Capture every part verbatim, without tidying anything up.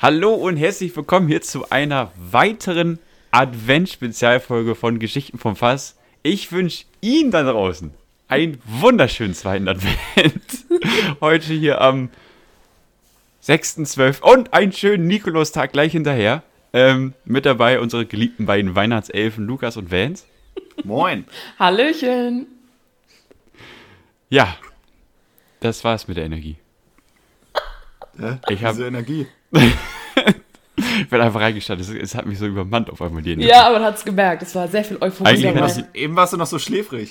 Hallo und herzlich willkommen hier zu einer weiteren Advents-Spezialfolge von Geschichten vom Fass. Ich wünsche Ihnen da draußen einen wunderschönen zweiten Advent. Heute hier am sechsten zwölften und einen schönen Nikolaustag gleich hinterher. Ähm, mit dabei unsere geliebten beiden Weihnachtselfen Lukas und Vance. Moin. Hallöchen. Ja, das war's mit der Energie. Ja, ich habe diese Energie. Ich bin einfach reingestartet. Es, es hat mich so übermannt auf einmal die Energie. Ja, aber man hat's gemerkt. Es war sehr viel Euphorie Eigentlich dabei. hätte Eben warst du noch so schläfrig.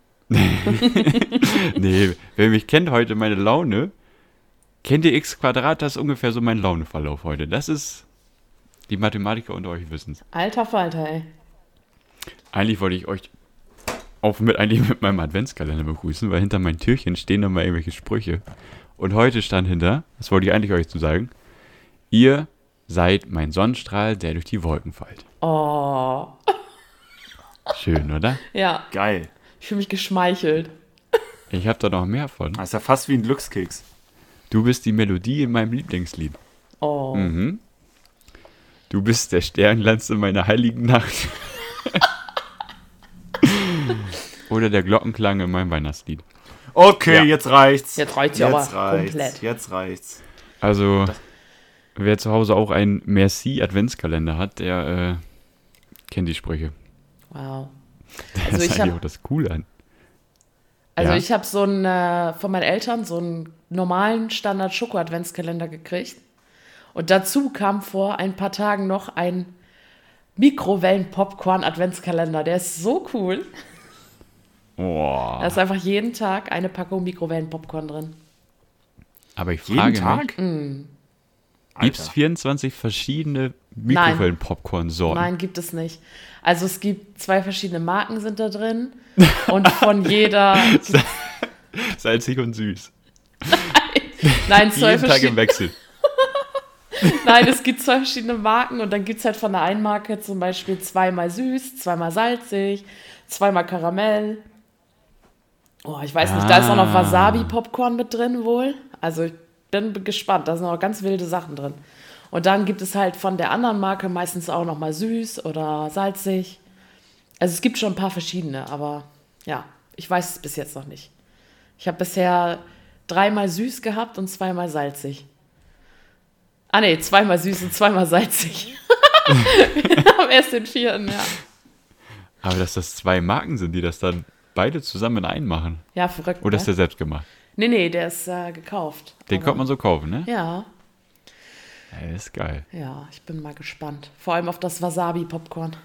Nee, wer mich kennt heute, meine Laune, kennt ihr x Quadrat, das ist ungefähr so mein Launeverlauf heute. Das ist, die Mathematiker unter euch wissen's. Alter Falter, ey. Eigentlich wollte ich euch auch mit, eigentlich mit meinem Adventskalender begrüßen, weil hinter meinen Türchen stehen noch mal irgendwelche Sprüche. Und heute stand hinter, das wollte ich eigentlich euch zu sagen, ihr seid mein Sonnenstrahl, der durch die Wolken fällt. Oh. Schön, oder? Ja, Geil. ich fühle mich geschmeichelt. Ich habe da noch mehr von. Das ist ja fast wie ein Glückskeks. Du bist die Melodie in meinem Lieblingslied. Oh. Mhm. Du bist der Sternglanz in meiner heiligen Nacht. Oder der Glockenklang in meinem Weihnachtslied. Okay, Ja. jetzt reicht's. Jetzt reicht's ja aber Jetzt reicht's. komplett. Jetzt reicht's. Also, wer zu Hause auch einen Merci-Adventskalender hat, der äh, kennt die Sprüche. Wow. Das Also ist ich eigentlich hab- auch das Coole an. Also Ja. ich habe so einen, äh, von meinen Eltern so einen normalen Standard-Schoko-Adventskalender gekriegt. Und dazu kam vor ein paar Tagen noch ein Mikrowellen-Popcorn-Adventskalender. Der ist so cool. Boah. Da ist einfach jeden Tag eine Packung Mikrowellen-Popcorn drin. Aber ich Jeden frage Tag? mich, gibt es Alter. vierundzwanzig verschiedene Mikrowellen-Popcorn-Sorten? Nein, gibt es nicht. Also es gibt zwei verschiedene Marken sind da drin. Und von jeder... Salzig und süß. Nein, zwei Jeden Tag im verschiedene... Wechsel. Nein, es gibt zwei verschiedene Marken und dann gibt es halt von der einen Marke zum Beispiel zweimal süß, zweimal salzig, zweimal Karamell. Oh, ich weiß nicht, da ist auch noch Ah. Wasabi-Popcorn mit drin wohl. Also ich bin gespannt, da sind auch ganz wilde Sachen drin. Und dann gibt es halt von der anderen Marke meistens auch noch mal süß oder salzig. Also es gibt schon ein paar verschiedene, aber ja, ich weiß es bis jetzt noch nicht. Ich habe bisher dreimal süß gehabt und zweimal salzig. Ah ne, zweimal süß und zweimal salzig. Wir haben erst den vierten, ja. Aber dass das zwei Marken sind, die das dann beide zusammen in einen machen. Ja, verrückt, Oder ist der ne? selbst gemacht? Nee, nee, der ist äh, gekauft. Den Aber- konnte man so kaufen, ne? Ja, Ja, das ist geil. ja, ich bin mal gespannt. Vor allem auf das Wasabi-Popcorn.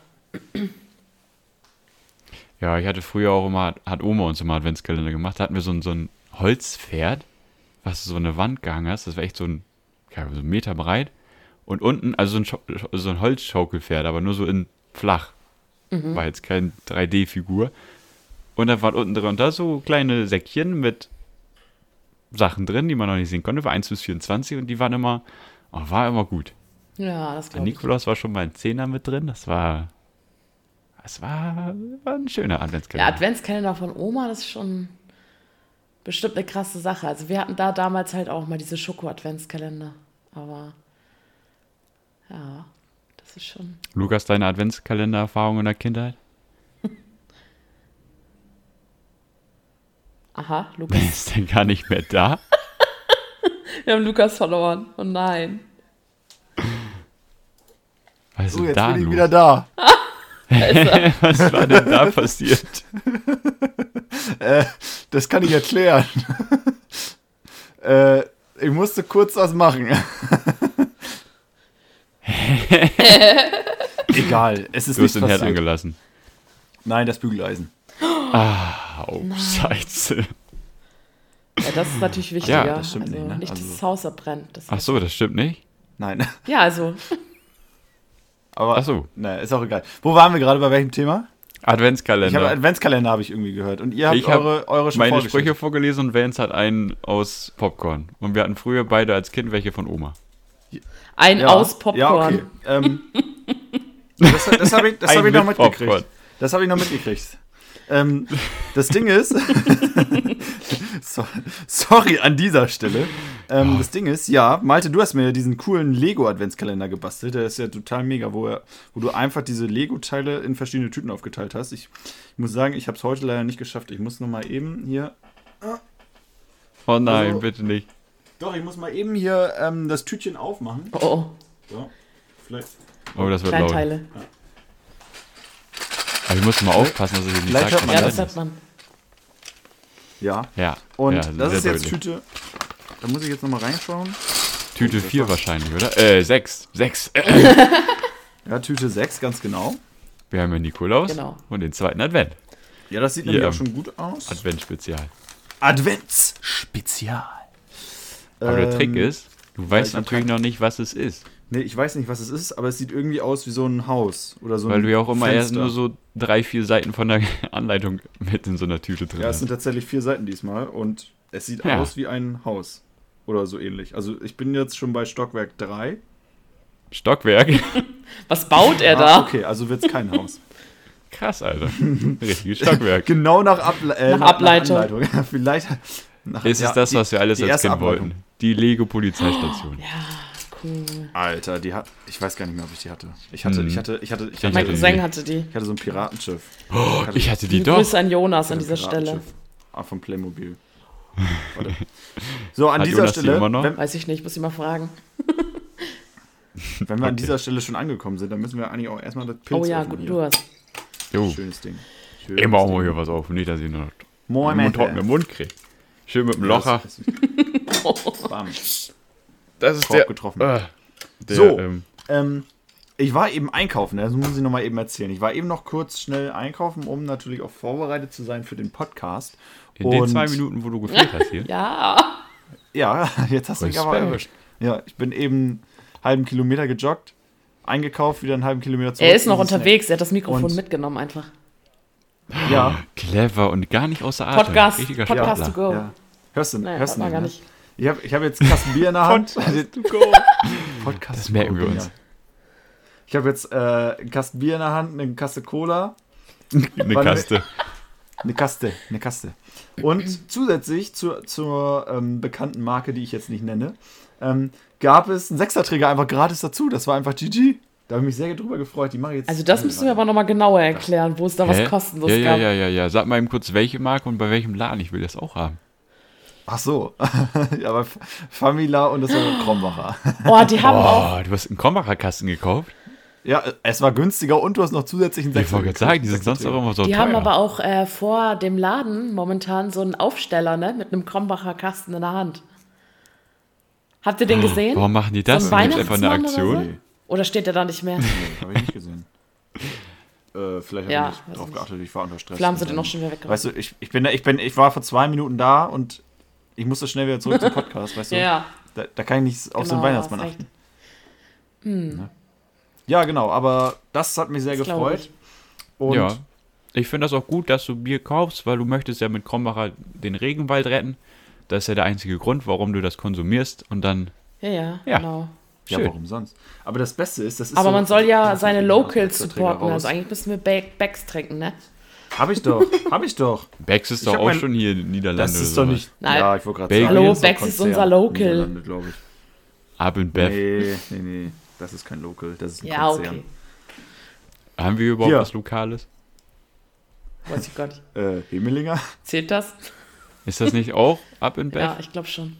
Ja, ich hatte früher auch immer, hat Oma uns immer Adventskalender gemacht, da hatten wir so ein, so ein Holzpferd, was so eine Wand gehangen hast, das war echt so ein, ja, so ein Meter breit und unten, also so ein, Schau- so ein Holzschaukelpferd, aber nur so in flach, war jetzt keine drei D-Figur und da waren unten drunter so kleine Säckchen mit Sachen drin, die man noch nicht sehen konnte, war eins bis vierundzwanzig und die waren immer, oh, war immer gut. Ja, das Der glaube ich. Nikolaus war schon mal ein Zehner mit drin, das war, das war, war ein schöner Der Adventskalender. Adventskalender von Oma, das ist schon bestimmt eine krasse Sache. Also wir hatten da damals halt auch mal diese Schoko-Adventskalender. Aber ja, das ist schon... Lukas, deine Adventskalender-Erfahrung in der Kindheit? Aha, Lukas. Ist denn gar nicht mehr da? Wir haben Lukas verloren. Oh nein. Was ist So, denn jetzt da bin ich los? wieder da. Was war denn da passiert? Äh, das kann ich erklären. äh, ich musste kurz was machen. Egal, es ist Du hast nicht den Herd passiert. angelassen. Nein, das Bügeleisen. Au, Scheiße. Ja, das ist natürlich wichtiger. Ja, das stimmt also nicht, ne? Nicht, dass Also- das Haus abbrennt. Das Ach so, das stimmt nicht? Nein. Ja, also. Aber, Ach so. ne, ist auch egal. Wo waren wir gerade, bei welchem Thema? Ich habe Adventskalender. Adventskalender, habe ich irgendwie gehört. Und ihr habt Ich hab eure, eure schon Meine vorgestellt. Sprüche vorgelesen und Vance hat einen aus Popcorn. Und wir hatten früher beide als Kind welche von Oma. Ein Ja, aus Popcorn. Ja, okay. Ähm, das das habe ich, das Ein hab ich noch mit mitgekriegt. Popcorn. Das habe ich noch mitgekriegt. Ähm, das Ding ist, So, sorry an dieser Stelle. Ähm, oh. Das Ding ist, ja, Malte, du hast mir diesen coolen Lego-Adventskalender gebastelt. Der ist ja total mega, wo, er, wo du einfach diese Lego-Teile in verschiedene Tüten aufgeteilt hast. Ich, ich muss sagen, ich habe es heute leider nicht geschafft. Ich muss noch mal eben hier... Oh nein, also, bitte nicht. Doch, ich muss mal eben hier ähm, das Tütchen aufmachen. Oh, oh. So, vielleicht... Oh, das wird laut. Kleinteile. Ja. Aber ich muss mal aufpassen, dass ich nicht Vielleicht sage, hört man Ja, das das hat man. Ja. Ja. Und ja, das ist jetzt deutlich. Tüte... Da muss ich jetzt noch mal reinschauen. Tüte Oh, vier wahrscheinlich, oder? Äh, sechs. sechs. Ja, Tüte sechs, ganz genau. Wir haben ja Nikolaus Genau. und den zweiten Advent. Ja, das sieht Hier, nämlich auch ähm, schon gut aus. Adventsspezial. Adventsspezial. Aber der Trick Ähm, ist, du weißt ich hab natürlich kein- noch nicht, was es ist. Nee, ich weiß nicht, was es ist, aber es sieht irgendwie aus wie so ein Haus. Oder so Weil ein du ja auch immer erst Fenster. nur so drei, vier Seiten von der Anleitung mit in so einer Tüte drin Ja, es hast. sind tatsächlich vier Seiten diesmal und es sieht Ja. aus wie ein Haus. Oder so ähnlich. Also ich bin jetzt schon bei Stockwerk drei. Stockwerk. Was baut er Ah, da? okay, also wird es kein Haus. Krass, Alter. Richtiges Stockwerk. Genau nach, Able äh, Nach Ableitung. Nach Anleitung. Vielleicht. Nach, Ist es ja, das, die- was wir alles die als erste Kind Ableitung. wollten? Die Lego-Polizeistation. Ja, cool. Alter, die hat. Ich weiß gar nicht mehr, ob ich die hatte. Ich hatte, Hm. ich hatte, ich hatte, ich Ich hatte, Mein hatte Cousin die. hatte die. ich hatte so ein Piratenschiff. Oh, ich hatte die Liebe doch. Grüße an Jonas Ich an hatte dieser ein Stelle. Piratenschiff. Ah, von Playmobil. Warte. So, an Hat dieser Jonas die Stelle, immer noch? wenn, Weiß ich nicht, muss ich mal fragen. wenn wir an Okay. dieser Stelle schon angekommen sind, dann müssen wir eigentlich auch erstmal das Pilz Oh ja, öffnen guten hier. Durst. Jo, Schönes Ding. Schönes immer auch mal Ding. hier was auf. Nicht, dass ich nur noch Moin, einen Mate. trockenen Mund kriege. Schön mit dem Ja, Locher. das ist- Bam. Das ist Korb getroffen. Äh, der, So. Ähm, Ähm, ich war eben einkaufen, das muss ich nochmal eben erzählen. Ich war eben noch kurz schnell einkaufen, um natürlich auch vorbereitet zu sein für den Podcast. in den Und- zwei Minuten, wo du gefehlt hast hier. Ja. Ja, jetzt hast du mich aber Respekt. erwischt. Ja, ich bin eben einen halben Kilometer gejoggt, eingekauft, wieder einen halben Kilometer zurück. Er ist noch Diesen unterwegs, er hat das Mikrofon Und- mitgenommen einfach. Snack. Ja, Clever und gar nicht außer Atem. Podcast, Richtiger Podcast to Sportler. go. ja. Hörst du, Naja, hörst du hört man nicht, gar ne? nicht. Ich habe ich hab jetzt einen Kasten Bier in der Hand. Podcast to go. Podcast Das merken wir Bier. uns. Ich habe jetzt äh, einen Kasten Bier in der Hand, eine Kaste Cola. Eine Wann- Kaste. Eine Kaste, eine Kaste. Und zusätzlich zur, zur ähm, bekannten Marke, die ich jetzt nicht nenne, ähm, gab es einen Sechserträger einfach gratis dazu. Das war einfach G G. Da habe ich mich sehr drüber gefreut. Die mache ich jetzt. Also das müssen wir aber nochmal genauer erklären, wo es da was Hä? kostenlos ja, ja, gab. ja, ja, ja. Sag mal eben kurz, welche Marke und bei welchem Laden. Ich will das auch haben. Ach so. Ja, aber F- Famila und das war Krombacher. Oh, die haben auch. Oh, du hast einen Krombacher Kasten gekauft? Ja, es war günstiger und du hast noch zusätzlichen Ich Sechser. wollte gerade sagen, die sind sonst auch immer so Die teuer. haben aber auch äh, vor dem Laden momentan so einen Aufsteller, ne, mit einem Krombacher Kasten in der Hand. Habt ihr den gesehen? Warum machen die das? So ein Gibt's einfach eine Weihnachtsmann oder Aktion? so? Oder steht der da nicht mehr? Nee, habe ich nicht gesehen. äh, vielleicht habe Ja, ich nicht weiß drauf nicht. geachtet, ich war unter Stress. Vielleicht haben sie Und den dann- noch schon wieder weggebracht. Weißt du, ich, ich, bin, da- ich, bin, ich war vor zwei Minuten da und ich musste schnell wieder zurück zum Podcast, weißt du? Ja, Da, da kann ich nicht auf so einen genau, Weihnachtsmann hast achten. recht. Ja, genau, aber das hat mich sehr Das glaub gefreut. ich. Und Ja. Ich finde das auch gut, dass du Bier kaufst, weil du möchtest ja mit Krombacher den Regenwald retten. Das ist ja der einzige Grund, warum du das konsumierst. Und dann, Ja, ja, Ja. genau. ja, schön. warum sonst? Aber das Beste ist, das ist Aber so, man soll ja das seine ist Locals aus dem supporten. raus. Also eigentlich müssen wir Ba- Becks trinken, ne? Hab ich doch, hab ich doch. Becks ist Ich doch hab auch mein- schon hier in Niederlande. Das oder ist doch sowas. nicht. Nein. Ja, ich wollte gerade Belgien sagen. Hallo, das ist doch Becks ist Konzern. unser Local. Niederlande, glaube ich. Ab und Bev. Nee, nee, nee. Das ist kein Local, das ist ein Ja, Konzern. okay. Haben wir überhaupt Hier. was Lokales? Weiß ich gar nicht. Äh, Hemelinger? Zählt das? Ist das nicht auch Up and Bev? Ja, ich glaube schon.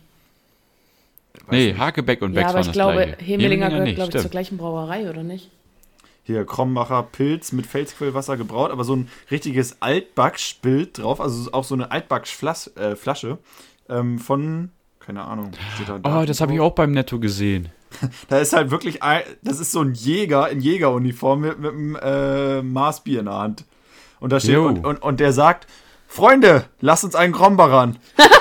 nee, nicht. Hakebeck und Becks Ja, aber waren ich das glaube, gleiche. Hemelinger gehört, nicht, glaube ich, zur stimmt. gleichen Brauerei, oder nicht? Hier, Krombacher Pilz mit Felsquellwasser gebraut, aber so ein richtiges Altbackspild drauf, also auch so eine Altbackflasche äh, Flasche, ähm, von, keine Ahnung. steht da Oh, Datum das habe ich drauf. auch beim Netto gesehen. Da ist halt wirklich, ein, das ist so ein Jäger in Jägeruniform mit, mit einem äh, Maßbier in der Hand. Und da steht, Jo. und, und, und der sagt, Freunde, lasst uns einen Krombachern.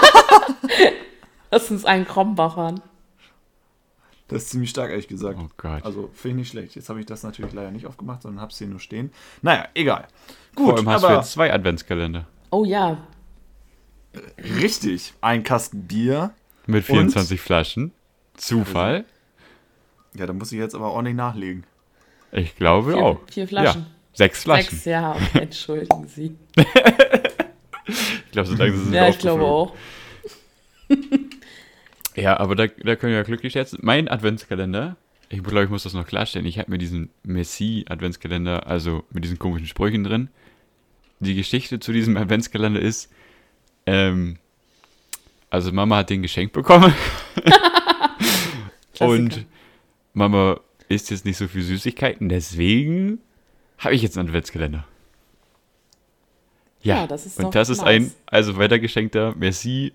Lass uns einen Krombachern. Das ist ziemlich stark, ehrlich gesagt. Oh Gott. Also, finde ich nicht schlecht. Jetzt habe ich das natürlich leider nicht aufgemacht, sondern habe es hier nur stehen. Naja, egal. Vor Gut, allem hast du aber jetzt zwei Adventskalender. Oh ja. richtig. Ein Kasten Bier. Mit vierundzwanzig Flaschen. Zufall? Ja, da muss ich jetzt aber ordentlich nachlegen. Ich glaube Vier, auch. vier Flaschen. Ja, sechs Flaschen. Sechs, ja, okay, entschuldigen Sie. Ich glaube, so langsam sind wir Ja, ich glaube aufgeflogen. auch. Ja, aber da, da können wir ja glücklich schätzen. Mein Adventskalender, ich glaube, ich muss das noch klarstellen, ich habe mir diesen Messi-Adventskalender, also mit diesen komischen Sprüchen drin. Die Geschichte zu diesem Adventskalender ist, ähm, also Mama hat den geschenkt bekommen und Mama isst jetzt nicht so viel Süßigkeiten, deswegen habe ich jetzt einen Adventskalender. Ja, Ja, das ist und doch das ist nice. ein, also weitergeschenkter Merci,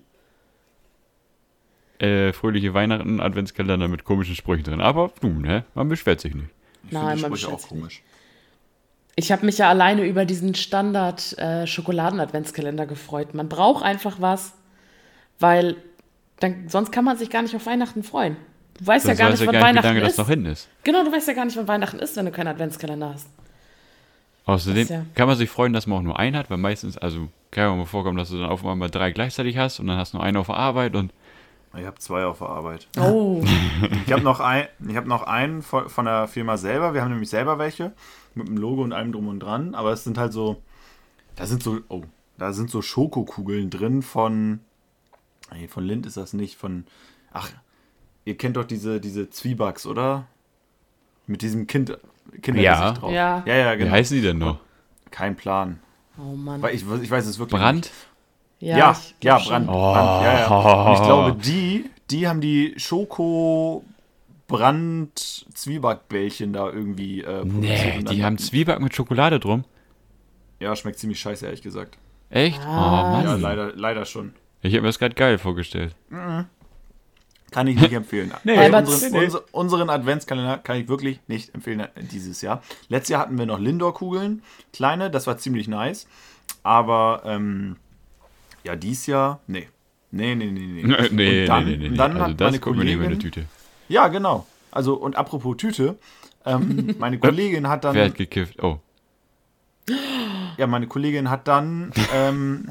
äh, fröhliche Weihnachten, Adventskalender mit komischen Sprüchen drin. Aber du, ne, man beschwert sich nicht. Ich Nein, finde die man Sprüche beschwert auch sich nicht. komisch. Ich habe mich ja alleine über diesen Standard-Schokoladen-Adventskalender gefreut. Man braucht einfach was, weil dann, sonst kann man sich gar nicht auf Weihnachten freuen. Du weißt ja Sonst gar weiß nicht, ja wann gar nicht, wie Weihnachten lange das ist. noch hin ist. Genau, du weißt ja gar nicht, wann Weihnachten ist, wenn du keinen Adventskalender hast. Außerdem Das ist ja- kann man sich freuen, dass man auch nur einen hat, weil meistens, also kann ja mal vorkommen, dass du dann auf einmal drei gleichzeitig hast und dann hast du nur einen auf der Arbeit und Ich habe zwei auf der Arbeit. Oh, Ich habe noch, ein, ich hab noch einen von, von der Firma selber. Wir haben nämlich selber welche mit dem Logo und allem drum und dran. Aber es sind halt so, da sind so, oh, da sind so Schokokugeln drin von, nee, von Lindt ist das nicht, von, ach, ihr kennt doch diese, diese Zwiebacks, oder? Mit diesem Kind, Kindergesicht Ja. drauf. Ja. ja, ja, wie genau. heißen die denn noch? Kein Plan. oh Mann. Weil ich, ich weiß es wirklich Brand? nicht. Ja, ja, ich glaub schon. Brand, Brand. Ja, ja. Und ich glaube, die, die haben die Schoko Brand Zwiebackbällchen da irgendwie äh, produziert. Nee, und die dann- haben Zwieback mit Schokolade drum. Ja, schmeckt ziemlich scheiße, ehrlich gesagt. Echt? Was? Oh Mann. Ja, leider, leider schon. Ich habe mir das gerade geil vorgestellt. Kann ich nicht empfehlen. Nee, aber unseren, nee, nee. unser- unseren Adventskalender kann ich wirklich nicht empfehlen äh, dieses Jahr. Letztes Jahr hatten wir noch Lindor-Kugeln, kleine, das war ziemlich nice. Aber ähm, ja, dieses Jahr, nee. Nee, nee, nee, nee. nee, nee, Und dann, nee, nee, nee. dann Also hat das meine gucken wir nicht mehr in Kollegin, der Tüte. ja, genau. Also, und apropos Tüte, ähm, meine Kollegin hat dann, Wer hat gekifft? Oh. ja, meine Kollegin hat dann, ähm,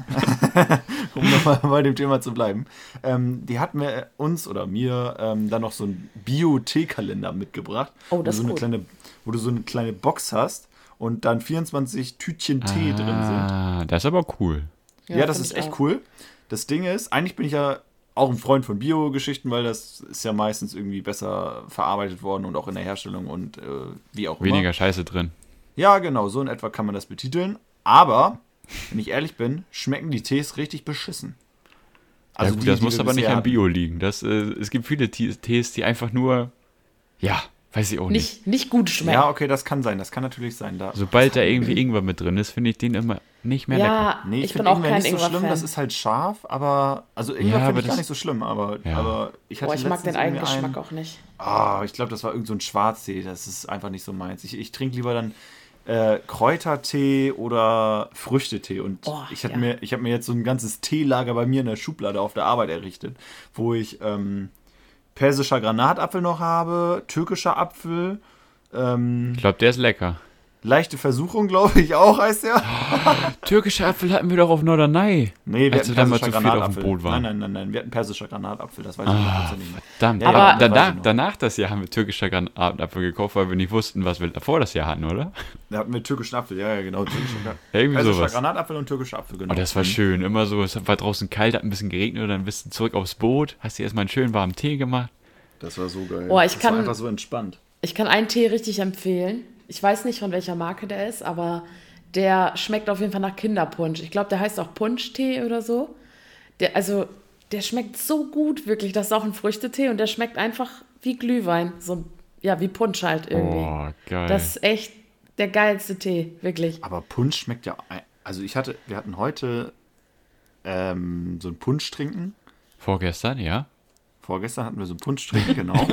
um nochmal bei dem Thema zu bleiben, ähm, die hat mir uns oder mir ähm, dann noch so einen Bio-Tee-Kalender mitgebracht. Oh, das wo du so ist eine gut. kleine, wo du so eine kleine Box hast und dann vierundzwanzig Tütchen Tee drin sind. Ah, das ist aber cool. Ja, das find ist ich echt auch. cool. Das Ding ist, eigentlich bin ich ja auch ein Freund von Bio-Geschichten, weil das ist ja meistens irgendwie besser verarbeitet worden und auch in der Herstellung und äh, wie auch immer. Weniger Scheiße drin. Ja, genau, so in etwa kann man das betiteln. Aber, wenn ich ehrlich bin, schmecken die Tees richtig beschissen. Also ja, gut, die, das die muss wir aber nicht bisher am Bio liegen. Das, äh, es gibt viele Te- Tees, die einfach nur, ja, weiß ich auch nicht. Nicht, nicht gut hatten. schmecken. Ja, okay, das kann sein, das kann natürlich sein. Da, Sobald da irgendwie Ingwer mit drin ist, finde ich den immer nicht mehr lecker. Ja, nee, ich, ich finde bin auch Ingwer kein nicht so schlimm, Ingwer-Fan. das ist halt scharf, aber, also Ingwer Ja, finde aber ich gar das- nicht so schlimm, aber, Ja. aber ich hatte Boah, ich mag letztens den irgendwie Eigengeschmack einen, auch nicht. Ah, ich glaube, das war irgend so ein Schwarztee. Das ist einfach nicht so meins. Ich, ich trinke lieber dann äh, Kräutertee oder Früchtetee. Und Oh, ich habe ja. mir, ich hab mir jetzt so ein ganzes Teelager bei mir in der Schublade auf der Arbeit errichtet, wo ich ähm, persischer Granatapfel noch habe, türkischer Apfel, ähm, Ich glaube, der ist lecker. leichte Versuchung, glaube ich auch, heißt der. Türkischer Apfel hatten wir doch auf Norderney. Nee, wir Als hatten wir dann mal persischer zu viel auf dem Granatapfel. Boot waren. Nein, nein, nein, nein, wir hatten persischer Granatapfel, das weiß ich Ah, hundertprozentig nicht. verdammt. Ja, aber ja, das weiß danach, ich noch. danach das Jahr haben wir türkischer Granatapfel gekauft, weil wir nicht wussten, was wir davor das Jahr hatten, oder? Da hatten wir türkischen Apfel, ja, ja, genau. Türkischer, Ja, irgendwie persischer sowas. Granatapfel und türkischer Apfel, genau. Oh, das war schön. Immer so, es war draußen kalt, hat ein bisschen geregnet und dann bist du zurück aufs Boot, hast dir erstmal einen schönen warmen Tee gemacht. Das war so geil. Oh, ich das kann- war einfach so entspannt. Ich kann einen Tee richtig empfehlen. Ich weiß nicht, von welcher Marke der ist, aber der schmeckt auf jeden Fall nach Kinderpunsch. Ich glaube, der heißt auch Punschtee oder so. Der, also, der schmeckt so gut, wirklich. Das ist auch ein Früchtetee und der schmeckt einfach wie Glühwein. So, ja, wie Punsch halt irgendwie. Oh, geil. Das ist echt der geilste Tee, wirklich. Aber Punsch schmeckt ja. Also ich hatte, wir hatten heute ähm, so einen Punsch trinken. Vorgestern, ja? Vorgestern hatten wir so einen Punsch trinken, genau.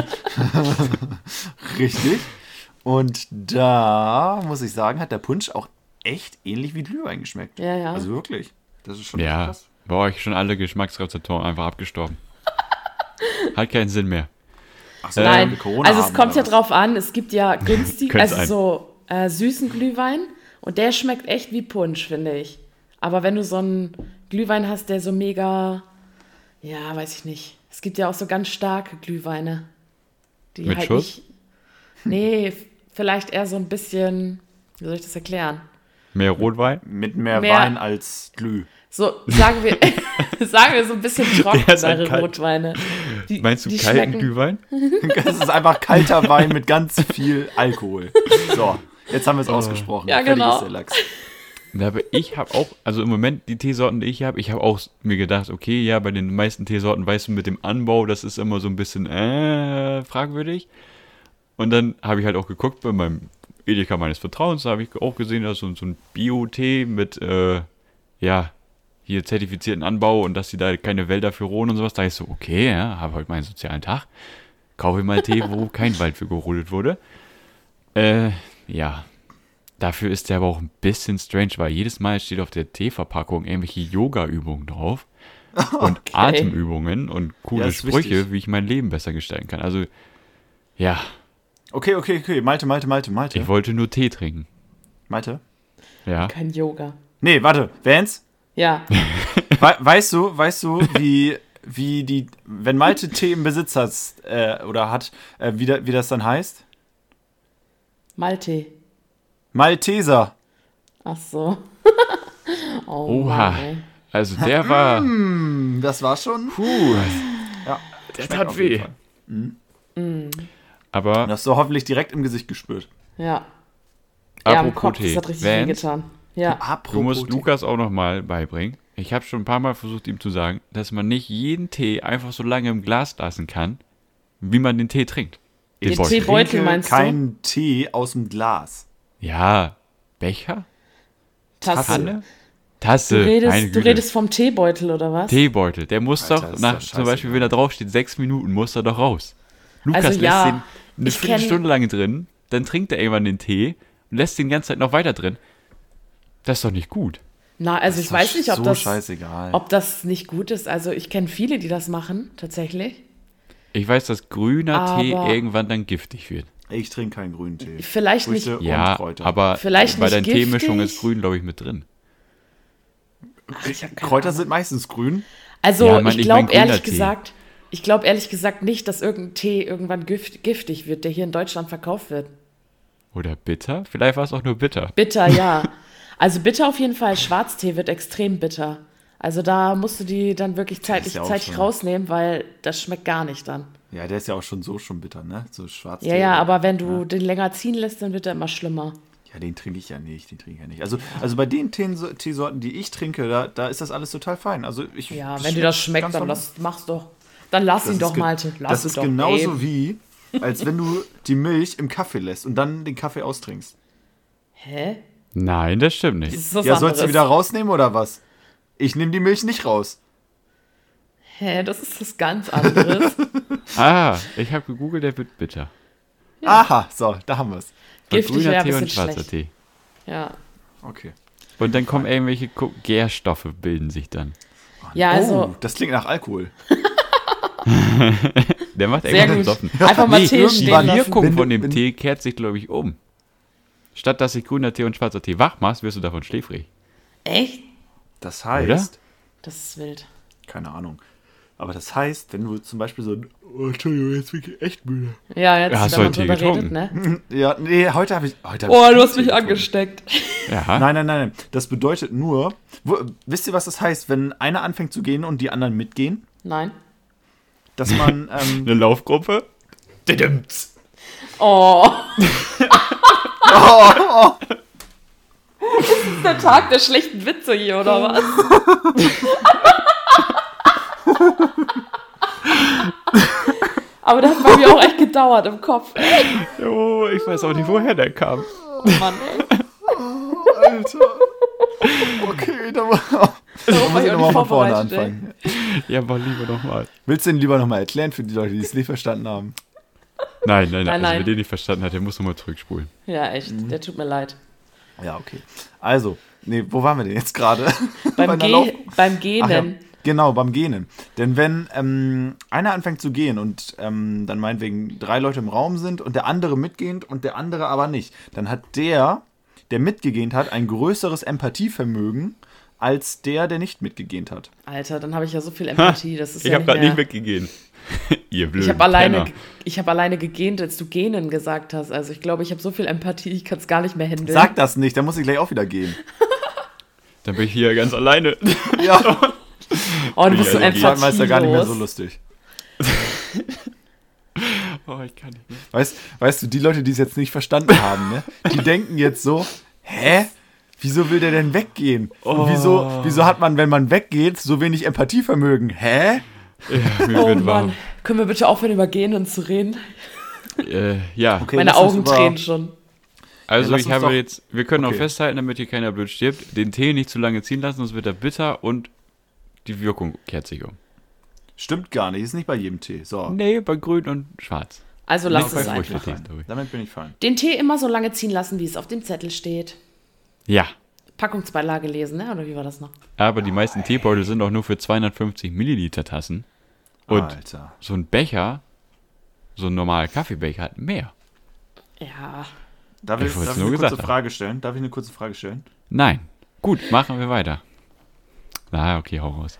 Richtig. Und da muss ich sagen, hat der Punsch auch echt ähnlich wie Glühwein geschmeckt. Ja, ja. Also wirklich. Das ist schon echt Ja. krass. Bei euch schon alle Geschmacksrezeptoren einfach abgestorben. Hat keinen Sinn mehr. Ach so, Nein, weil wir Corona also es haben, kommt oder ja was? drauf an, es gibt ja günstig, Könnte also sein. so äh, süßen Glühwein und der schmeckt echt wie Punsch, finde ich. Aber wenn du so einen Glühwein hast, der so mega, ja, weiß ich nicht. Es gibt ja auch so ganz starke Glühweine. Die Mit halt Schuss? nicht. Nee, f- vielleicht eher so ein bisschen, wie soll ich das erklären? Mehr Rotwein? Mit mehr, Mehr- Wein als Glüh. So, sagen wir, Sagen wir so ein bisschen Der ist halt trockenere kalt. Rotweine. Die, Meinst du die kalten schmecken- Glühwein? Das ist einfach kalter Wein mit ganz viel Alkohol. So, jetzt haben wir es ausgesprochen. Ja, Fertig genau. ist der Lachs. Ja, aber ich habe auch, also im Moment die Teesorten, die ich habe, ich habe auch mir gedacht, okay, ja, bei den meisten Teesorten weißt du mit dem Anbau, das ist immer so ein bisschen äh, fragwürdig. Und dann habe ich halt auch geguckt bei meinem Edeka meines Vertrauens, da habe ich auch gesehen, dass so, so ein Bio-Tee mit, äh, ja, hier zertifizierten Anbau und dass sie da keine Wälder für rohen und sowas, da ich so, okay, ja, habe heute meinen sozialen Tag, kaufe ich mal Tee, wo kein Wald für gerodet wurde. Äh, ja. Dafür ist der aber auch ein bisschen strange, weil jedes Mal steht auf der Teeverpackung irgendwelche Yoga-Übungen drauf und Okay. Atemübungen und coole Ja, ist Sprüche, wichtig. wie ich mein Leben besser gestalten kann. Also, ja, Okay, okay, okay. Malte, Malte, Malte, Malte. ich wollte nur Tee trinken. Malte? Ja, Kein Yoga. Nee, warte. Vance? Ja, We weißt du, weißt du, wie, wie die, wenn Malte Tee im Besitz hat, äh, oder hat, äh, wie, da, wie das dann heißt? Malte. Malteser. Ach so. Oh Oha. Mann, ey. also der war, Hm, das war schon. puh, Ja, der schmeckt tat auf jeden weh. Fall. Aber Und hast du hoffentlich direkt im Gesicht gespürt. Ja. Ja, am apropos Kopf, Tee, das hat richtig Vance, wehgetan. Ja. Apropos du musst Tee. Lukas auch nochmal beibringen. Ich habe schon ein paar Mal versucht, ihm zu sagen, dass man nicht jeden Tee einfach so lange im Glas lassen kann, wie man den Tee trinkt. Den Beutel. Tee- Beutel Trinke meinst du? keinen Tee aus dem Glas. Ja, Becher? Tasse. Kanne? Tasse. Du meine redest, du Güte. redest vom Teebeutel, oder was? Teebeutel. Der muss Alter, doch ist nach, doch zum Beispiel, scheißegal. wenn da drauf steht, sechs Minuten, muss er doch raus. Lukas Also lässt ja, den eine ich kenn- Viertelstunde lang drin, dann trinkt er irgendwann den Tee und lässt den die ganze Zeit noch weiter drin. Das ist doch nicht gut. Na, also ich Ist weiß doch nicht, ob so das, scheißegal. ob das nicht gut ist. Also ich kenne viele, die das machen, tatsächlich. Ich weiß, dass grüner Tee Aber- irgendwann dann giftig wird. Ich trinke keinen grünen Tee. Vielleicht Früchte nicht. Ja, und Kräuter. aber Vielleicht bei nicht der Teemischung giftig. ist grün, glaube ich, mit drin. Ich hab keine Kräuter Ahnung. sind meistens grün. Also Ja, Mann, ich ich mein glaube ehrlich grüner Tee. gesagt, ich glaube ehrlich gesagt nicht, dass irgendein Tee irgendwann gift, giftig wird, der hier in Deutschland verkauft wird. Oder bitter? Vielleicht war es auch nur bitter. Bitter, ja. Also bitter auf jeden Fall. Schwarztee wird extrem bitter. Also da musst du die dann wirklich zeitlich, ja auch zeitlich schon- rausnehmen, weil das schmeckt gar nicht dann. Ja, der ist ja auch schon so schon bitter, ne? So schwarz. Ja, ja, aber wenn du den länger ziehen lässt, dann wird er immer schlimmer. Ja, den trinke ich ja nicht, den trinke ich ja nicht. Also, also bei den Teen- Teesorten, die ich trinke, da, da ist das alles total fein. Also ich, Ja, wenn dir das schmeckt, ganz dann normal. lass, mach's doch. Dann lass Das ihn ist doch, ge- Malte. Lass Das ihn ist doch. genauso Ey. wie, als wenn du die Milch im Kaffee lässt und dann den Kaffee austrinkst. Hä? Nein, das stimmt Das nicht. ist was Ja, anderes. sollst du wieder rausnehmen oder was? Ich nehme die Milch nicht raus. Hä, das ist was ganz anderes. Ah, ich habe gegoogelt, der wird bitter. Aha, so, da haben wir es. Giftig grüner wäre ein Tee und bisschen schwarzer schlecht. Tee. Ja. Okay. Und dann kommen irgendwelche Ko- Gärstoffe, bilden sich dann. Ja, also oh, das klingt nach Alkohol. Der macht sehr irgendwann gut. besoffen. Einfach mal Nee, Tee die stehen lassen. Wirkung Wenn du- von dem wenn- Tee kehrt sich, glaube ich, um. Statt dass sich grüner Tee und schwarzer Tee wach machst, wirst du davon schläfrig. Echt? Das heißt, Das ist wild. keine Ahnung. Aber das heißt, wenn du zum Beispiel so, oh, Entschuldigung, jetzt bin ich echt müde. Ja, jetzt, Ja, hast wenn du man Tee drüber redet, getrunken? ne? Ja, nee, heute habe ich. Heute hab Oh, ich du hast Tee mich getrunken. angesteckt. Ja. Nein, nein, nein, nein. Das bedeutet nur, wo, wisst ihr, was das heißt, wenn einer anfängt zu gehen und die anderen mitgehen? Nein. Dass man, ähm, Eine Laufgruppe? Didimts. Oh. Das ist der Tag der schlechten Witze hier, oder was? Aber das hat bei mir auch echt gedauert im Kopf. Oh, ich weiß auch nicht, woher der kam. Oh Mann, ey. Alter. Okay, da muss Darauf ich war ich auch nochmal nicht von vorne vorbereitet, ey. anfangen. Ja, aber lieber nochmal. Willst du den lieber nochmal erklären für die Leute, die es nicht verstanden haben? Nein, nein, nein. Nein, Also, nein. wer den nicht verstanden hat, der muss nochmal zurückspulen. Ja, echt. Der tut mir leid. Ja, okay. Also, nee, wo waren wir denn jetzt gerade? Beim, Bei einer Ge Lauf- beim Ach ja, Genen. genau, beim Gähnen. Denn wenn ähm, einer anfängt zu gehen und ähm, dann meinetwegen drei Leute im Raum sind und der andere mitgehend und der andere aber nicht, dann hat der, der mitgegähnt hat, ein größeres Empathievermögen als der, der nicht mitgegähnt hat. Alter, dann habe ich ja so viel Empathie. Das ist Ich ja habe nicht gerade mehr... nicht weggegeben. Ihr blöden Ich habe alleine, Penner. ge- ich hab alleine gegähnt, als du Genen gesagt hast. Also ich glaube, ich habe so viel Empathie, ich kann es gar nicht mehr handeln. Sag das nicht, dann muss ich gleich auch wieder gehen. Dann bin ich hier ganz alleine. Ja. Oh, du bist so Ja, die Zweiten ist ja gar nicht mehr so empathielos. lustig. Oh, ich kann nicht mehr. Weißt, weißt du, die Leute, die es jetzt nicht verstanden haben, ne? Die denken jetzt so, hä? Wieso will der denn weggehen? Und wieso, wieso hat man, wenn man weggeht, so wenig Empathievermögen? Hä? Ja, mir Oh wird warm. Mann. Können wir bitte aufhören, über Genen zu reden? Äh, ja, Okay, Meine lass uns Augen über- tränen schon. also Ja, lass ich uns habe doch- jetzt, wir können auch Okay. festhalten, damit hier keiner blöd stirbt, den Tee nicht zu lange ziehen lassen, sonst wird er bitter und die Wirkung kehrt sich um. Stimmt gar nicht, ist nicht bei jedem Tee. So, Nee, bei grün und schwarz. Also lass Nicht bei es Früchten. einfach. Früchte. sorry. damit bin ich fein. Den Tee immer so lange ziehen lassen, wie es auf dem Zettel steht. Ja, Packungsbeilage lesen, ne? Oder wie war das noch? aber die meisten Teebeutel sind auch nur für zweihundertfünfzig Milliliter Tassen. Und Alter. so ein Becher, so ein normaler Kaffeebecher hat mehr. Ja. Darf Ich ich, wollte darf es ich nur eine kurze gesagt haben. Frage stellen? Darf ich eine kurze Frage stellen? Nein. Gut, machen wir weiter. Na, okay, hau raus.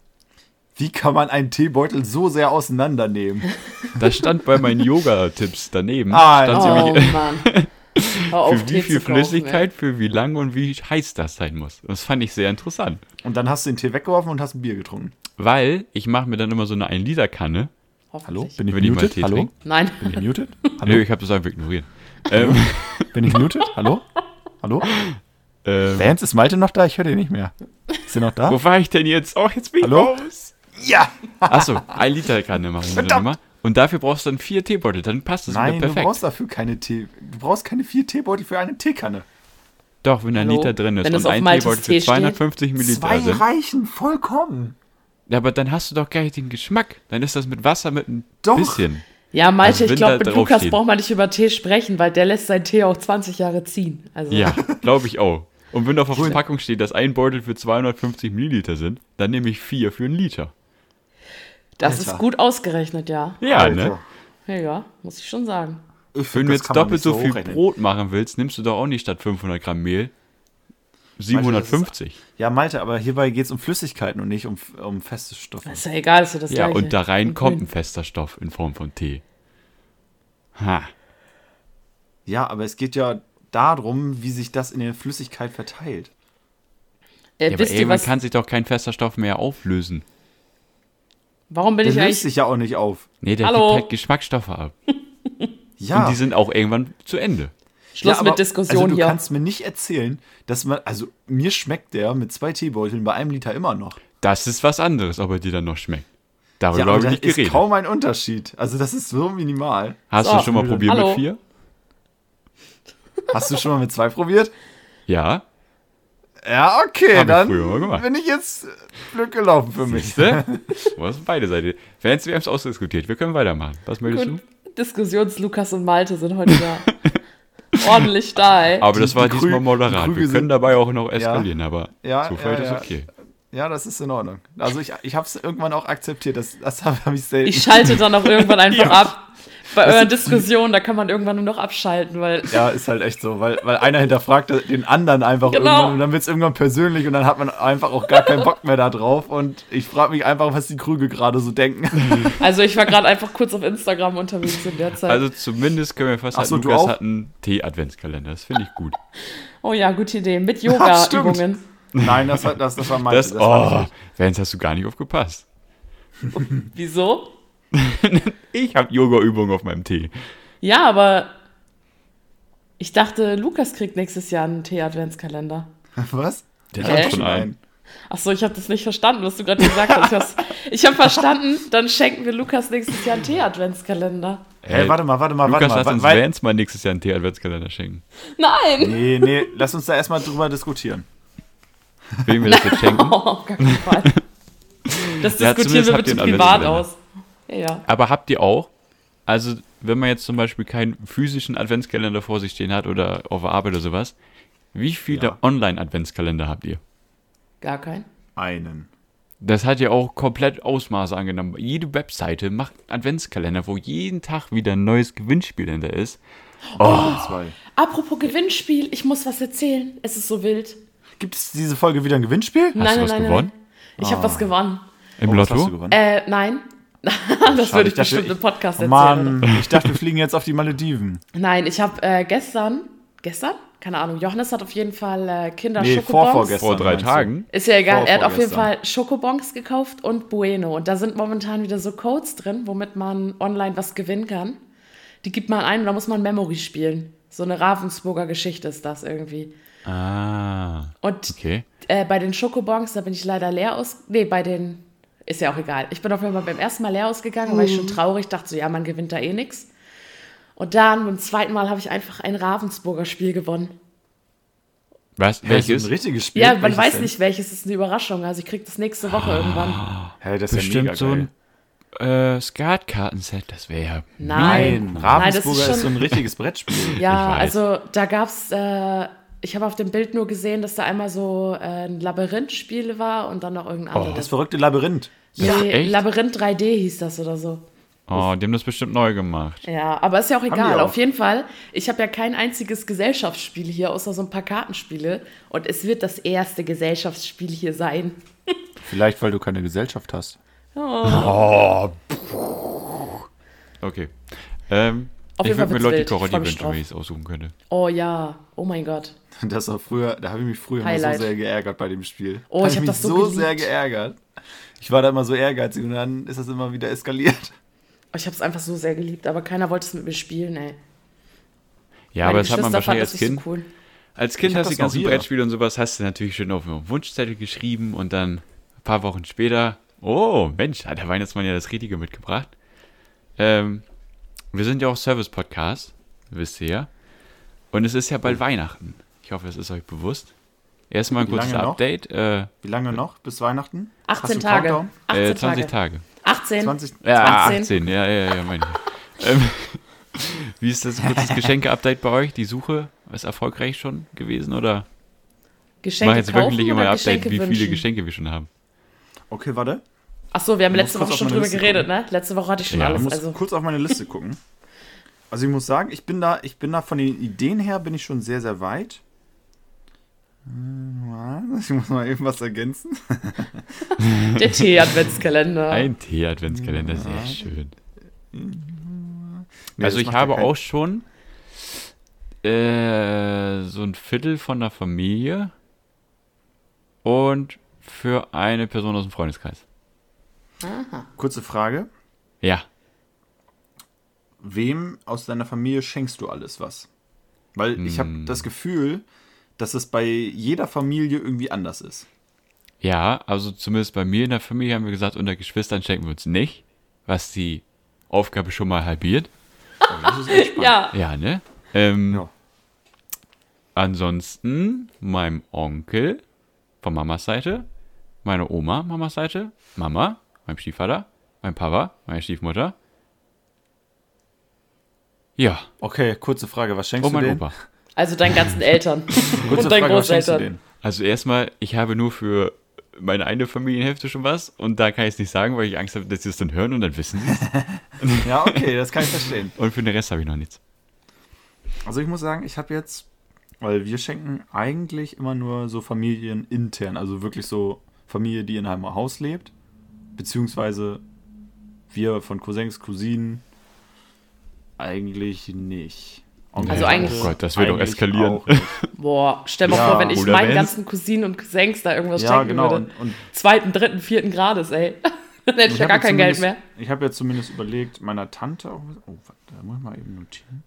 Wie kann man einen Teebeutel so sehr auseinandernehmen? Das stand bei meinen Yoga-Tipps daneben. Ah, stand Oh nämlich, Mann. Hör auf, für wie Tee viel zu kaufen, Flüssigkeit, für wie lang und wie heiß das sein muss. Das fand ich sehr interessant. Und dann hast du den Tee weggeworfen und hast ein Bier getrunken. Weil ich mache mir dann immer so eine ein Liter Kanne. ey. Hoffentlich. Bin ich Wenn ich mal muted? Tee Hallo? trinke. Nein. Bin ich muted? Nö, Hallo? ich habe das einfach ignoriert. ähm, Bin ich muted? Hallo? Hallo? ähm, Vance, ist Malte noch da? Ich höre den nicht mehr. Ist er noch da? wo war ich denn jetzt? Oh, jetzt bin ich Hallo? raus. Ja! Achso, ein Liter Kanne machen wir dann immer. Und dafür brauchst du dann vier Teebeutel, dann passt es Nein, wieder du perfekt. brauchst dafür keine Tee. Du brauchst keine vier Teebeutel für eine Teekanne. Doch, wenn ein Hallo? Liter drin ist Wenn es und auf ein Maltes Teebeutel Tee für zweihundertfünfzig Milliliter Zwei sind. reichen vollkommen. Ja, aber dann hast du doch gar nicht den Geschmack. Dann ist das mit Wasser mit ein Doch. bisschen. Ja, Malte, Also, ich wenn glaube, da mit drauf Lukas steht. braucht man nicht über Tee sprechen, weil der lässt seinen Tee auch zwanzig Jahre ziehen. Also, Ja, glaube ich auch. Und wenn auf der Verpackung steht, dass ein Beutel für zweihundertfünfzig Milliliter sind, dann nehme ich vier für einen Liter. das Alter. ist gut ausgerechnet, ja. Ja, ne? Ja, ja, muss ich schon sagen. Ich Wenn find, du das jetzt kann man doppelt nicht so viel hochrechnen. Brot machen willst, nimmst du doch auch nicht statt fünfhundert Gramm Mehl siebenhundertfünfzig. Ja, Malte, aber hierbei geht es um Flüssigkeiten und nicht um, um feste Stoffe. Ist ja egal, ist ja das Ja, Gleiche. und da rein Und kommt grün. ein fester Stoff in Form von Tee. Ha. Ja, aber es geht ja darum, wie sich das in der Flüssigkeit verteilt. Äh, Ja, aber wisst ihr irgendwann was? kann sich doch kein fester Stoff mehr auflösen. Warum bin Der ich löst eigentlich. sich ja auch nicht auf. Nee, der Hallo? gibt halt Geschmacksstoffe ab. Ja. Und die sind auch irgendwann zu Ende. Schluss ja, mit aber- Diskussion also, du hier. kannst mir nicht erzählen, dass man, also mir schmeckt der mit zwei Teebeuteln bei einem Liter immer noch. Das ist was anderes, ob er dir dann noch schmeckt. Darüber Ja, aber habe da ich nicht ist geredet. kaum ein Unterschied. Also das ist so minimal. Hast So. du schon mal probiert Hallo? mit vier? Hast du schon mal mit zwei probiert? Ja. Ja, okay, Hab ich dann früher mal gemacht. bin ich jetzt blöd gelaufen für mich. Siehste? Du hast beide Seiten. Fans, wir haben es ausdiskutiert. Wir können weitermachen. Was möchtest Gut. du? Diskussions-Lukas und Malte sind heute da. Ordentlich da, ey. Aber das Die- war die diesmal Krü- moderat. Krüge Wir können sind- dabei auch noch eskalieren, aber Ja, zu weit ja, ist ja. okay. Ja, das ist in Ordnung. Also ich, ich habe es irgendwann auch akzeptiert. Das, das habe ich selten. Ich schalte dann auch irgendwann einfach Ja. ab. Bei euren ist- Diskussionen, da kann man irgendwann nur noch abschalten, weil. Ja, ist halt echt so, weil, weil einer hinterfragt den anderen einfach Genau. irgendwann und dann wird es irgendwann persönlich und dann hat man einfach auch gar keinen Bock mehr da drauf und ich frage mich einfach, was die Krüge gerade so denken. Also ich war gerade einfach kurz auf Instagram unterwegs in der Zeit. Also zumindest können wir fast Ach so, sagen, du Lukas auch? hat einen Tee-Adventskalender. Das finde ich gut. Oh ja, gute Idee. Mit Ja, stimmt. Yoga-Übungen. Nein, das, hat- das, das war mein Das, das war oh, nicht. Vance, hast du gar nicht aufgepasst. Wieso? Ich habe Yoga-Übungen auf meinem Tee. Ja, aber ich dachte, Lukas kriegt nächstes Jahr einen Tee-Adventskalender. Was? Der Hä? hat schon einen. Achso, ich habe das nicht verstanden, was du gerade gesagt hast. Ich hab's- Ich habe verstanden, dann schenken wir Lukas nächstes Jahr einen Tee-Adventskalender. Hey, warte mal, warte mal, Lukas, warte lass mal. uns Weil, Vance mal nächstes Jahr einen Tee-Adventskalender schenken. Nein! nee, nee, lass uns da erstmal drüber diskutieren. Wem wir das jetzt schenken? Oh, auf gar keinen Fall. Das Ja, diskutieren zumindest wir habt bitte ihr einen privat Adventskalender. aus. Ja, ja. Aber habt ihr auch, also wenn man jetzt zum Beispiel keinen physischen Adventskalender vor sich stehen hat oder auf der Arbeit oder sowas, wie viele Ja. Online-Adventskalender habt ihr? Gar kein. Einen. Das hat ja auch komplett Ausmaße angenommen. Jede Webseite macht einen Adventskalender, wo jeden Tag wieder ein neues Gewinnspiel in der ist. Oh. Zwei. Apropos Gewinnspiel, ich muss was erzählen. Es ist so wild. Gibt es diese Folge wieder ein Gewinnspiel? nein, du nein, was nein, gewonnen? nein. Ich habe was gewonnen. Im Oh, was hast Lotto? du gewonnen? Äh, nein. das Schade, würde ich ich dachte, bestimmt ich- im Podcast Oh erzählen. Mann, ich dachte, wir fliegen jetzt auf die Malediven. Nein, ich habe äh, gestern gestern? Keine Ahnung. Johannes hat auf jeden Fall äh, Kinder Nee, Schokobons. vorvorgestern. Vor drei meinst du? Tagen. Ist ja egal, Vor- er hat auf jeden vorgestern. Fall Schokobons gekauft und Bueno. Und da sind momentan wieder so Codes drin, womit man online was gewinnen kann. Die gibt man ein und da muss man Memory spielen. So eine Ravensburger Geschichte ist das irgendwie. Ah, Und okay. äh, bei den Schokobons, da bin ich leider leer aus... Nee, bei den... Ist ja auch egal. Ich bin auf jeden Fall beim ersten Mal leer ausgegangen, weil ich schon traurig dachte, so ja, man gewinnt da eh nichts. Und dann beim zweiten Mal habe ich einfach ein Ravensburger Spiel gewonnen. Was? Hä, Welches? so ein richtiges Spiel? Ja, man Welches weiß denn? nicht welches, das ist eine Überraschung. Also ich krieg das nächste Woche irgendwann. Hä, das ist ja Bestimmt mega so geil. ein äh, Skatkartenset, das wäre ja. Nein. Nein, Ravensburger Nein, das ist ist, schon- so ein richtiges Brettspiel. Ja, Ich weiß. also da gab's, äh, ich habe auf dem Bild nur gesehen, dass da einmal so äh, ein Labyrinthspiel war und dann noch irgendein Das anderes. verrückte Labyrinth. Nee, echt? Labyrinth drei D hieß das oder so. Oh, die haben das bestimmt neu gemacht. Ja, aber ist ja auch die egal. auch. Auf jeden Fall, ich habe ja kein einziges Gesellschaftsspiel hier, außer so ein paar Kartenspiele. Und es wird das erste Gesellschaftsspiel hier sein. Vielleicht, weil du keine Gesellschaft hast. Okay. Ähm, Auf ich jeden Fall würde mir wird's Lotti wild. Ich freu Korotti mich wünschen, drauf. wenn ich es aussuchen könnte. Oh ja, oh mein Gott. Das war früher, da habe ich mich früher immer Highlight. so sehr geärgert bei dem Spiel. Oh, ich hab mich das so so geliebt. sehr geärgert. Ich war da immer so ehrgeizig und dann ist das immer wieder eskaliert. Ich habe es einfach so sehr geliebt, aber keiner wollte es mit mir spielen, ey. Ja, Meine aber das hat man Geschwister wahrscheinlich fanden als das nicht Kind. So cool. Als Kind Ich hab hast du das die ganzen noch hier. Brettspiele und sowas, hast du natürlich schön auf einen Wunschzettel geschrieben und dann ein paar Wochen später, oh Mensch, hat der Weihnachtsmann ja das Richtige mitgebracht. Ähm, wir sind ja auch Service-Podcast, wisst ihr ja. Und es ist ja bald Weihnachten. Ich hoffe, es ist euch bewusst. Erstmal ein Wie kurzes lange noch? Update. Äh, Wie lange noch bis Weihnachten? Hast achtzehn du einen Tage. Countdown? achtzehn äh, zwanzig Tage. Tage. achtzehn. zwanzig? Ja, achtzehn. achtzehn, ja, ja, ja, meine ich. ähm, wie ist das kurzes Geschenke-Update bei euch? Die Suche ist erfolgreich schon gewesen oder? Ich Geschenke mache jetzt kaufen wöchentlich immer ein oder Update, Geschenke wie viele wünschen? Geschenke wir schon haben. Okay, warte. Achso, wir haben Ich letzte muss Woche kurz schon auf meine drüber Liste geredet, ne? Letzte Woche hatte ich schon Ja, Ich alles. muss Also, kurz auf meine Liste gucken. Also ich muss sagen, ich bin da, ich bin da von den Ideen her bin ich schon sehr, sehr weit. Ich muss mal eben was ergänzen. der Tee-Adventskalender. Ein Tee-Adventskalender, sehr schön. Nee, Also das ich macht ja habe kein- auch schon äh, so ein Viertel von der Familie und für eine Person aus dem Freundeskreis. Kurze Frage. Ja. Wem aus deiner Familie schenkst du alles was? Weil ich habe Hm. das Gefühl, dass es bei jeder Familie irgendwie anders ist. Ja, also zumindest bei mir in der Familie haben wir gesagt, unter Geschwistern schenken wir uns nicht, was die Aufgabe schon mal halbiert. Aber das ist entspannt. Ja, Ja, ne? Ähm, Ja. Ansonsten meinem Onkel von Mamas Seite, meine Oma Mamas Seite, Mama, meinem Stiefvater, mein Papa, meine Stiefmutter. Ja, Okay, kurze Frage, was schenkst und du mein denen? Opa. also deinen ganzen Eltern. Kurze und deinen Frage, was schenkst du Großeltern. denen? Also erstmal, ich habe nur für meine eine Familienhälfte schon was und da kann ich es nicht sagen, weil ich Angst habe, dass sie es dann hören und dann wissen sie es. Ja, okay, das kann ich verstehen. Und für den Rest habe ich noch nichts. Also ich muss sagen, ich habe jetzt, weil wir schenken eigentlich immer nur so familienintern, also wirklich so Familie, die in einem Haus lebt, beziehungsweise wir von Cousins, Cousinen eigentlich nicht. Onkel, Also Tante eigentlich- Oh Gott, das wird doch eigentlich eskalieren. auch nicht. Boah, stell mal Ja, vor, wenn ich oder meinen wenn's- ganzen Cousinen und Cousins da irgendwas Ja, schenken genau. würde. Und, und Zweiten, dritten, vierten Grades, ey. Dann hätte ich ja hab gar jetzt kein Geld mehr. zumindest- Ich habe jetzt zumindest überlegt, meiner Tante auch. Oh, warte, da muss ich mal eben notieren.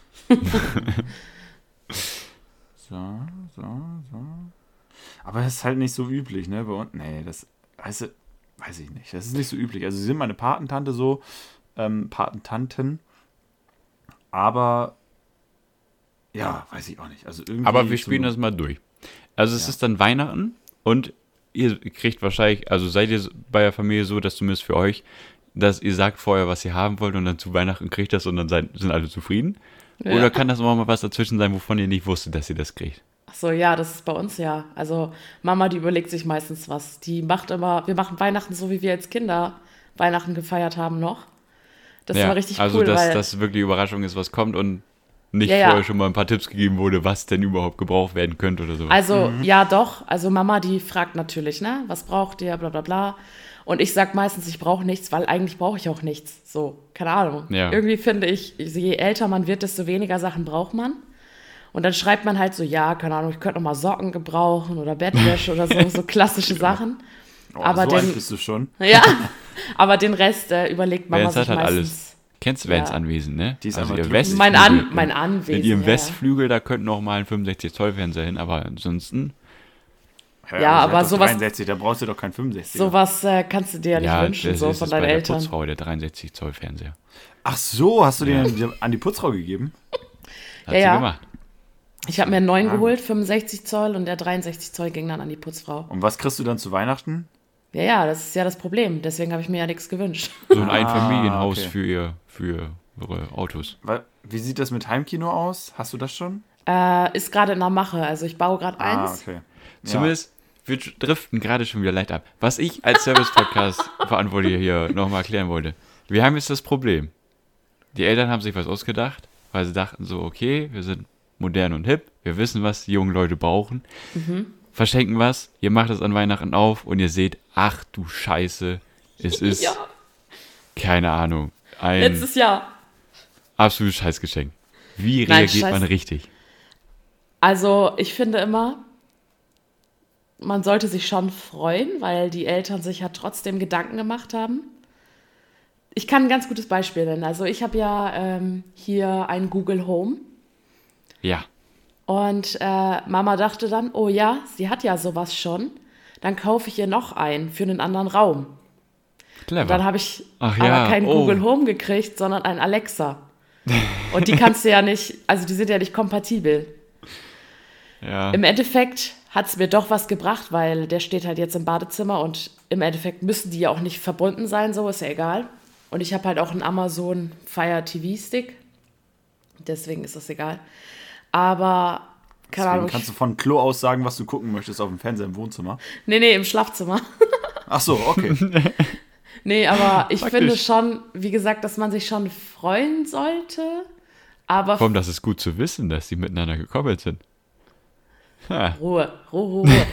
so, so, so. Aber das ist halt nicht so üblich, ne? Bei uns. Nee, das. Weißt du, weiß ich nicht. Das ist nicht so üblich. Also, sie sind meine Patentante so. Ähm, Patentanten. Aber. Ja, weiß ich auch nicht. Also irgendwie Aber wir spielen so, das mal durch. Also es Ja. ist dann Weihnachten und ihr kriegt wahrscheinlich, also seid ihr bei der Familie so, dass zumindest für euch, dass ihr sagt vorher, was ihr haben wollt und dann zu Weihnachten kriegt das und dann seid, sind alle zufrieden? Ja. Oder kann das auch mal was dazwischen sein, wovon ihr nicht wusstet, dass ihr das kriegt? Ach so, ja, das ist bei uns ja. Also Mama, die überlegt sich meistens was. Die macht immer, wir machen Weihnachten so, wie wir als Kinder Weihnachten gefeiert haben noch. Das ist ja, immer richtig also cool, dass weil das wirklich Überraschung ist, was kommt und nicht Ja, ja. vorher schon mal ein paar Tipps gegeben wurde, was denn überhaupt gebraucht werden könnte oder so. Also, ja, doch. Also, Mama, die fragt natürlich, ne? Was braucht ihr? Bla, bla, bla. Und ich sag meistens, ich brauche nichts, weil eigentlich brauche ich auch nichts. So, keine Ahnung. Ja. Irgendwie finde ich, je älter man wird, desto weniger Sachen braucht man. Und dann schreibt man halt so, ja, keine Ahnung, ich könnte noch mal Socken gebrauchen oder Bettwäsche oder so, so klassische Sachen. Oh, aber so den, alt bist du schon. Ja, aber den Rest äh, überlegt Mama Vans sich hat halt meistens. alles. Kennst du Vans Ja. Anwesen, ne? Die ist also einfach ihr glücklich. Mein, Westflügel. An, mein Anwesen. In ihrem ja, Westflügel, da könnte noch mal ein fünfundsechzig Zoll Fernseher hin, aber ansonsten, Ja, sie aber hat doch sowas- dreiundsechzig, da brauchst du doch kein fünfundsechzig. Sowas äh, kannst du dir ja nicht ja, wünschen, das so ist von es deinen bei der Eltern. Putzfrau, der dreiundsechzig Zoll Fernseher. Ach so, hast du Ja. den an die Putzfrau gegeben? Hat Ja, sie ja. gemacht. Ich habe mir einen neuen Ah. geholt, fünfundsechzig Zoll, und der dreiundsechzig Zoll ging dann an die Putzfrau. Und was kriegst du dann zu Weihnachten? Ja, ja, das ist ja das Problem. Deswegen habe ich mir ja nichts gewünscht. So ein Ah, Einfamilienhaus okay. für ihr, für ihre Autos. Wa- Wie sieht das mit Heimkino aus? Hast du das schon? Äh, ist gerade in der Mache. Also ich baue gerade Ah, eins. okay. Zumindest, wir driften gerade schon wieder leicht ab. Was ich als Service-Podcast-Verantwortlicher hier nochmal erklären wollte. Wir haben jetzt das Problem. Die Eltern haben sich was ausgedacht, weil sie dachten so, okay, wir sind modern und hip, wir wissen, was die jungen Leute brauchen, verschenken was, ihr macht es an Weihnachten auf und ihr seht, ach du Scheiße, es ist, Ja, keine Ahnung, ein letztes Jahr. absolutes Scheißgeschenk. Wie Nein, reagiert Scheiß- man richtig? Also ich finde immer, man sollte sich schon freuen, weil die Eltern sich ja trotzdem Gedanken gemacht haben. Ich kann ein ganz gutes Beispiel nennen. Also ich habe ja ähm, hier ein Google Home. Ja, Und äh, Mama dachte dann, oh ja, sie hat ja sowas schon, dann kaufe ich ihr noch einen für einen anderen Raum. clever. Und dann habe ich Ach aber ja, kein oh. Google Home gekriegt, sondern ein Alexa. Und die kannst du ja nicht, also die sind ja nicht kompatibel. ja. Im Endeffekt hat es mir doch was gebracht, weil der steht halt jetzt im Badezimmer und im Endeffekt müssen die ja auch nicht verbunden sein, so ist ja egal. Und ich habe halt auch einen Amazon Fire T V Stick, deswegen ist das egal. Aber, keine Deswegen Ahnung, kannst ich, du von Klo aus sagen, was du gucken möchtest auf dem Fernseher im Wohnzimmer. nee, nee, im Schlafzimmer. Ach so, okay. Nee, aber ich Praktisch. finde schon, wie gesagt, dass man sich schon freuen sollte, aber Komm, das ist gut zu wissen, dass die miteinander gekoppelt sind. Ha. Ruhe, Ruhe, Ruhe.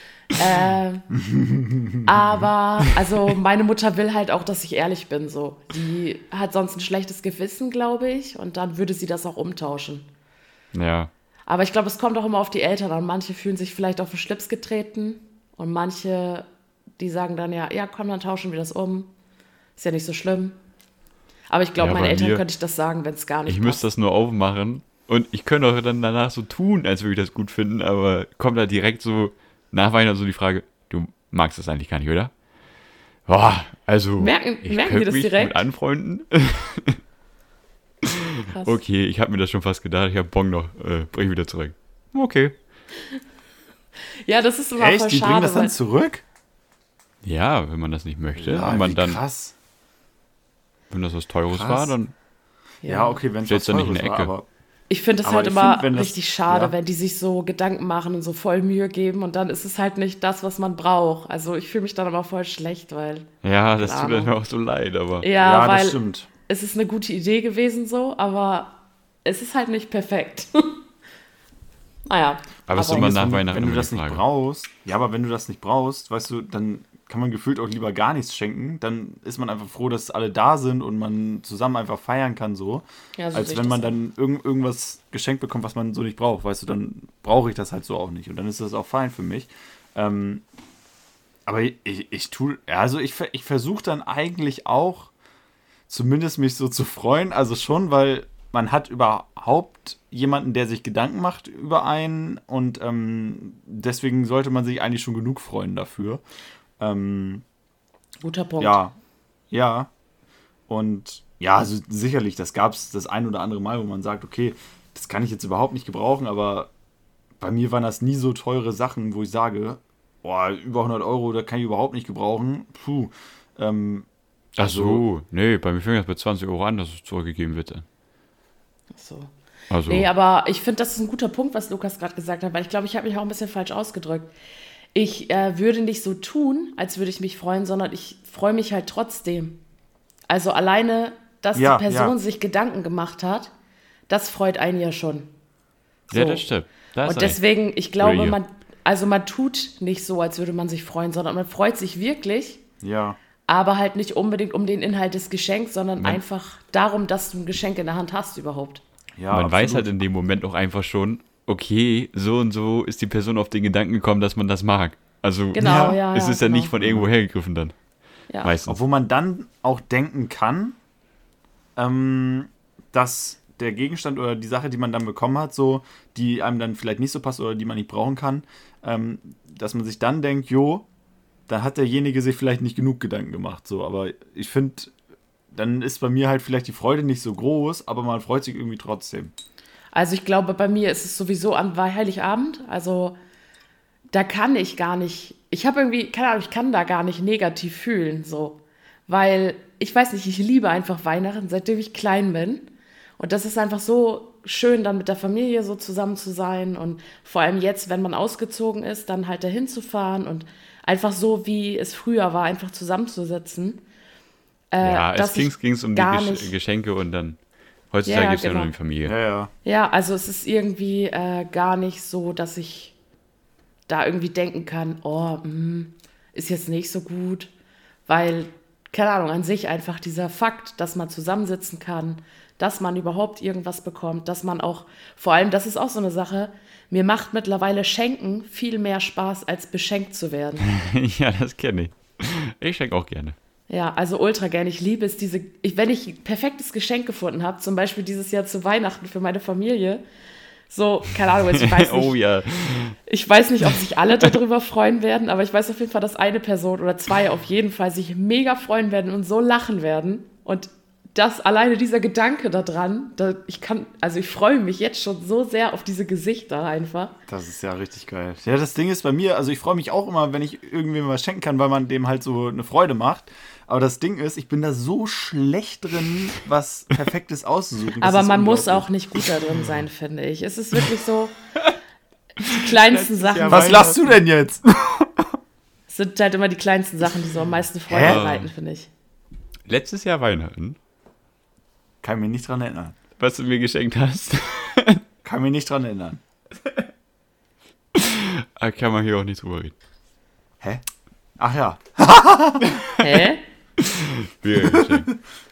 ähm, aber, also meine Mutter will halt auch, dass ich ehrlich bin, so. Die hat sonst ein schlechtes Gewissen, glaube ich, und dann würde sie das auch umtauschen. Ja, Aber ich glaube, es kommt auch immer auf die Eltern an. Manche fühlen sich vielleicht auf den Schlips getreten und manche, die sagen dann ja, ja, komm, dann tauschen wir das um. Ist ja nicht so schlimm. Aber ich glaube, Ja, meinen bei Eltern mir- könnte ich das sagen, wenn es gar nicht ich passt. müsste das nur aufmachen und ich könnte auch dann danach so tun, als würde ich das gut finden, aber kommt da direkt so nach Weihnachten so die Frage, du magst das eigentlich gar nicht, oder? Boah, also Merken- ich merken die könnte das mich direkt? mit anfreunden. Krass. Okay, ich habe mir das schon fast gedacht, ich habe Bon noch, äh, bring ich wieder zurück. Okay. Ja, das ist immer Echt? voll Die bringen schade. das dann Weil, zurück? Ja, wenn man das nicht möchte, Ja, und man wie dann, krass. wenn das was Teures Krass. war, dann Ja, okay, wenn es was Stellst du nicht in Teures der war, Ecke. aber ich finde es Aber halt ich immer find, wenn das- richtig schade, ja. wenn die sich so Gedanken machen und so voll Mühe geben und dann ist es halt nicht das, was man braucht. Also ich fühle mich dann aber voll schlecht, weil ja, das Keine tut mir Ahnung. auch so leid, aber ja, ja, weil das stimmt. es ist eine gute Idee gewesen so, aber es ist halt nicht perfekt. naja. Aber es ist immer Ding ist, nach wenn, Weihnachten wenn du immer das die nicht Frage. brauchst, ja, aber wenn du das nicht brauchst, weißt du, dann kann man gefühlt auch lieber gar nichts schenken. Dann ist man einfach froh, dass alle da sind und man zusammen einfach feiern kann so. Ja, so als sehe ich wenn man das dann irgend, irgendwas geschenkt bekommt, was man so nicht braucht. Weißt du, dann brauche ich das halt so auch nicht. Und dann ist das auch fein für mich. Ähm, aber ich, ich, ich tue, ja, also ich, ver- ich versuche dann eigentlich auch zumindest mich so zu freuen. Also schon, weil man hat überhaupt jemanden, der sich Gedanken macht über einen und ähm, deswegen sollte man sich eigentlich schon genug freuen dafür. Ähm, auch. Guter Punkt. ja, ja. Und ja, also sicherlich, das gab es das ein oder andere Mal, wo man sagt, okay, das kann ich jetzt überhaupt nicht gebrauchen, aber bei mir waren das nie so teure Sachen, wo ich sage, boah, über hundert Euro, da kann ich überhaupt nicht gebrauchen. Puh. Ähm, Ach also- so, nee, bei mir fängt das bei zwanzig Euro an, dass es zurückgegeben wird. dann. Ach so. Also, Nee, aber ich finde, das ist ein guter Punkt, was Lukas gerade gesagt hat, weil ich glaube, ich habe mich auch ein bisschen falsch ausgedrückt. Ich äh, würde nicht so tun, als würde ich mich freuen, sondern ich freue mich halt trotzdem. Also alleine, dass Ja, die Person ja. sich Gedanken gemacht hat, das freut einen ja schon. ja, So. das stimmt. Das Und ist deswegen, ich glaube, Oder ihr. man, also man tut nicht so, als würde man sich freuen, sondern man freut sich wirklich, ja. aber halt nicht unbedingt um den Inhalt des Geschenks, sondern Man- einfach darum, dass du ein Geschenk in der Hand hast überhaupt. ja man absolut. weiß halt in dem Moment auch einfach schon, okay, so und so ist die Person auf den Gedanken gekommen, dass man das mag. Also Genau, Ja, ja, es ja, ist ja genau. nicht von irgendwo hergegriffen dann. Ja. Meistens. Obwohl man dann auch denken kann, ähm, dass der Gegenstand oder die Sache, die man dann bekommen hat, so, die einem dann vielleicht nicht so passt oder die man nicht brauchen kann, ähm, dass man sich dann denkt, jo, da hat derjenige sich vielleicht nicht genug Gedanken gemacht. So, aber ich finde, dann ist bei mir halt vielleicht die Freude nicht so groß, aber man freut sich irgendwie trotzdem. Also ich glaube, bei mir ist es sowieso an Heiligabend. Also da kann ich gar nicht, ich habe irgendwie, keine Ahnung, ich kann da gar nicht negativ fühlen, so. Weil, ich weiß nicht, ich liebe einfach Weihnachten, seitdem ich klein bin. Und das ist einfach so schön, dann mit der Familie so zusammen zu sein. Und vor allem jetzt, wenn man ausgezogen ist, dann halt dahin zu fahren und einfach so, wie es früher war, einfach zusammenzusitzen. Äh, ja, es dass ging ich ging's um die gar Gesch nicht- Geschenke und dann heutzutage Ja, gibt es ja genau. nur die Familie. Ja, ja. Ja, also es ist irgendwie äh, gar nicht so, dass ich da irgendwie denken kann, oh, mh, ist jetzt nicht so gut, weil, keine Ahnung, an sich einfach dieser Fakt, dass man zusammensitzen kann, dass man überhaupt irgendwas bekommt, dass man auch, vor allem, das ist auch so eine Sache, mir macht mittlerweile Schenken viel mehr Spaß, als beschenkt zu werden. Ja, das kenne ich. Ich schenke auch gerne. Ja, also ultra gern. Ich liebe es, diese, ich, wenn ich ein perfektes Geschenk gefunden habe, zum Beispiel dieses Jahr zu Weihnachten für meine Familie, so, keine Ahnung, also ich weiß nicht, Oh ja. ich weiß nicht, ob sich alle darüber freuen werden, aber ich weiß auf jeden Fall, dass eine Person oder zwei auf jeden Fall sich mega freuen werden und so lachen werden. Und das alleine dieser Gedanke daran, da, ich kann, also ich freue mich jetzt schon so sehr auf diese Gesichter einfach. Das ist ja richtig geil. Ja, das Ding ist bei mir, also ich freue mich auch immer, wenn ich irgendwem was schenken kann, weil man dem halt so eine Freude macht. Aber das Ding ist, ich bin da so schlecht drin, was Perfektes auszusuchen. Das Aber ist man muss unglaublich. auch nicht gut da drin sein, finde ich. Es ist wirklich so, die kleinsten Sachen. Jahr Was lachst du denn jetzt? Es sind halt immer die kleinsten Sachen, die so am meisten Freude Hä? bereiten, finde ich. Letztes Jahr Weihnachten, Kann mich nicht dran erinnern. was du mir geschenkt hast, Kann mich nicht dran erinnern. da kann man hier auch nicht drüber reden. Hä? Ach ja. Hä? Wir geschenkt.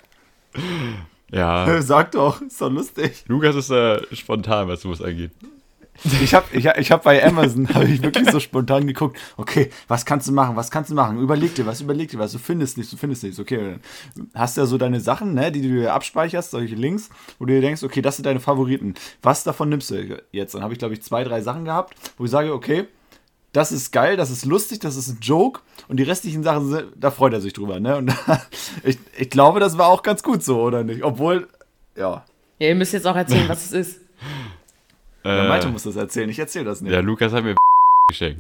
Ja, Sag doch, ist doch lustig. Lukas ist äh, spontan, was sowas angeht. Ich habe ich hab, ich hab bei Amazon hab ich wirklich so spontan geguckt, okay, was kannst du machen, was kannst du machen? Überleg dir was, überleg dir was, du findest nichts, du findest nichts. Okay, dann hast du ja so deine Sachen, ne, die du dir abspeicherst, solche Links, wo du dir denkst, okay, das sind deine Favoriten. Was davon nimmst du jetzt? Dann habe ich, glaube ich, zwei, drei Sachen gehabt, wo ich sage, okay, das ist geil, das ist lustig, das ist ein Joke und die restlichen Sachen, sind, da freut er sich drüber, ne? Und ich, ich glaube, das war auch ganz gut so, oder nicht? Obwohl, ja, Ja, ihr müsst jetzt auch erzählen, was es ist. der Äh, Malte muss das erzählen, ich erzähle das nicht. ja, Lukas hat mir geschenkt.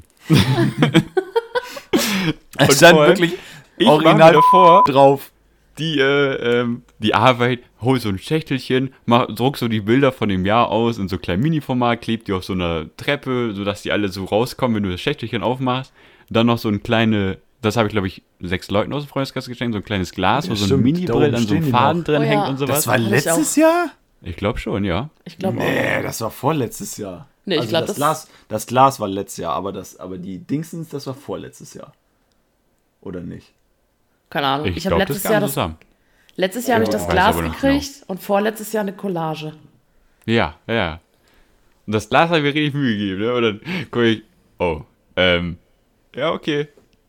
Es stand voll. wirklich Ich war original mir davor, drauf. die, äh, ähm, die Arbeit, hol so ein Schächtelchen, mach, druck so die Bilder von dem Jahr aus in so kleinem Mini-Format, klebt die auf so einer Treppe, sodass die alle so rauskommen, wenn du das Schächtelchen aufmachst. Dann noch so ein kleine, das habe ich glaube ich sechs Leuten aus dem Freundeskreis geschenkt, so ein kleines Glas, Ja, wo so ein stimmt, da Mini-Brill oben an so stehen einem die Faden noch. drin Oh ja. hängt und sowas. Das war ich letztes Jahr? Ich glaube schon, ja. Ich glaube auch. Nee, das war vorletztes Jahr. Nee, ich also glaub, das, das- Glas, das Glas war letztes Jahr, aber, das, aber die Dingsens, das war vorletztes Jahr. Oder nicht? Keine Ahnung. Ich, Ich, habe glaube, das letztes kam Jahr das, zusammen. letztes Jahr habe ich Ja, das weiß Glas aber noch gekriegt und vorletztes Jahr eine Collage. Ja, ja. Und das Glas hat mir richtig Mühe gegeben, ne? Und dann gucke ich, oh, ähm, ja, okay.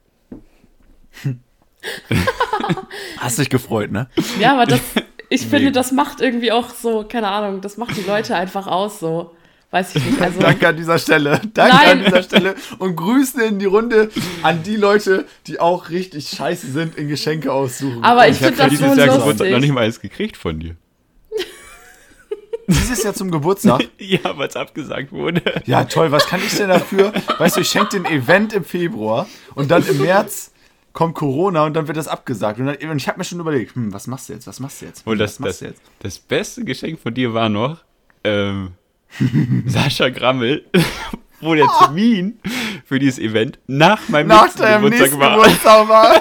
Hast dich gefreut, ne? Ja, aber das, ich finde, Mega. das macht irgendwie auch so, keine Ahnung, das macht die Leute einfach aus, so. Weiß ich nicht. Also, Danke an dieser Stelle. Danke Nein. an dieser Stelle. Und Grüße in die Runde an die Leute, die auch richtig scheiße sind in Geschenke aussuchen. Aber ich Ich habe finde das dieses so Jahr lustig. Geburtstag noch nicht mal eins gekriegt von dir. Dieses Jahr zum Geburtstag. Ja, weil es abgesagt wurde. Ja, toll, was kann ich denn dafür? Weißt du, ich schenke den Event im Februar und dann im März kommt Corona und dann wird das abgesagt. Und, dann, und ich habe mir schon überlegt, hm, was machst du jetzt? Was machst du jetzt? Hm, Und das, was machst das, du jetzt? das beste Geschenk von dir war noch ähm, Sascha Grammel, wo der Termin für dieses Event nach meinem Nach nächsten deinem Geburtstag nächsten war. Geburtstag war.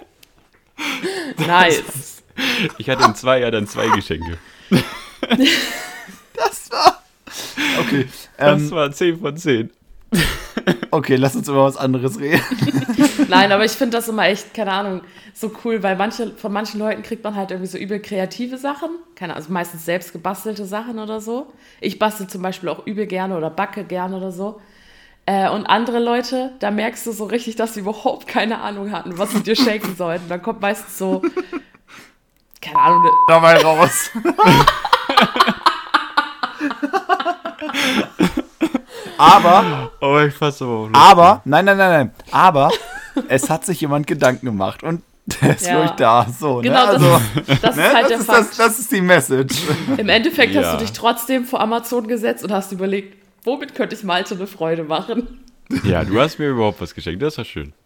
Nice. Ich hatte in zwei Jahren dann zwei Geschenke. Das war. Okay. Das Ähm, war zehn von zehn. Okay, lass uns über was anderes reden. Nein, aber ich finde das immer echt, keine Ahnung, so cool, weil manche, von manchen Leuten kriegt man halt irgendwie so übel kreative Sachen. Keine Ahnung, also meistens selbst gebastelte Sachen oder so. Ich bastel zum Beispiel auch übel gerne oder backe gerne oder so. Äh, und andere Leute, da merkst du so richtig, dass sie überhaupt keine Ahnung hatten, was sie dir schenken sollten. Dann kommt meistens so, keine Ahnung. Ne Dabei raus. Aber, Oh, ich fass aber auch aber, nein, nein, nein, nein, aber es hat sich jemand Gedanken gemacht und der ist Ja. wirklich da. So, Genau, ne? das, Also, das ne? ist halt das, der ist Fakt. das, das ist die Message. Im Endeffekt Ja. hast du dich trotzdem vor Amazon gesetzt und hast überlegt, womit könnte ich Malte eine Freude machen? Ja, du hast mir überhaupt was geschenkt, das war schön.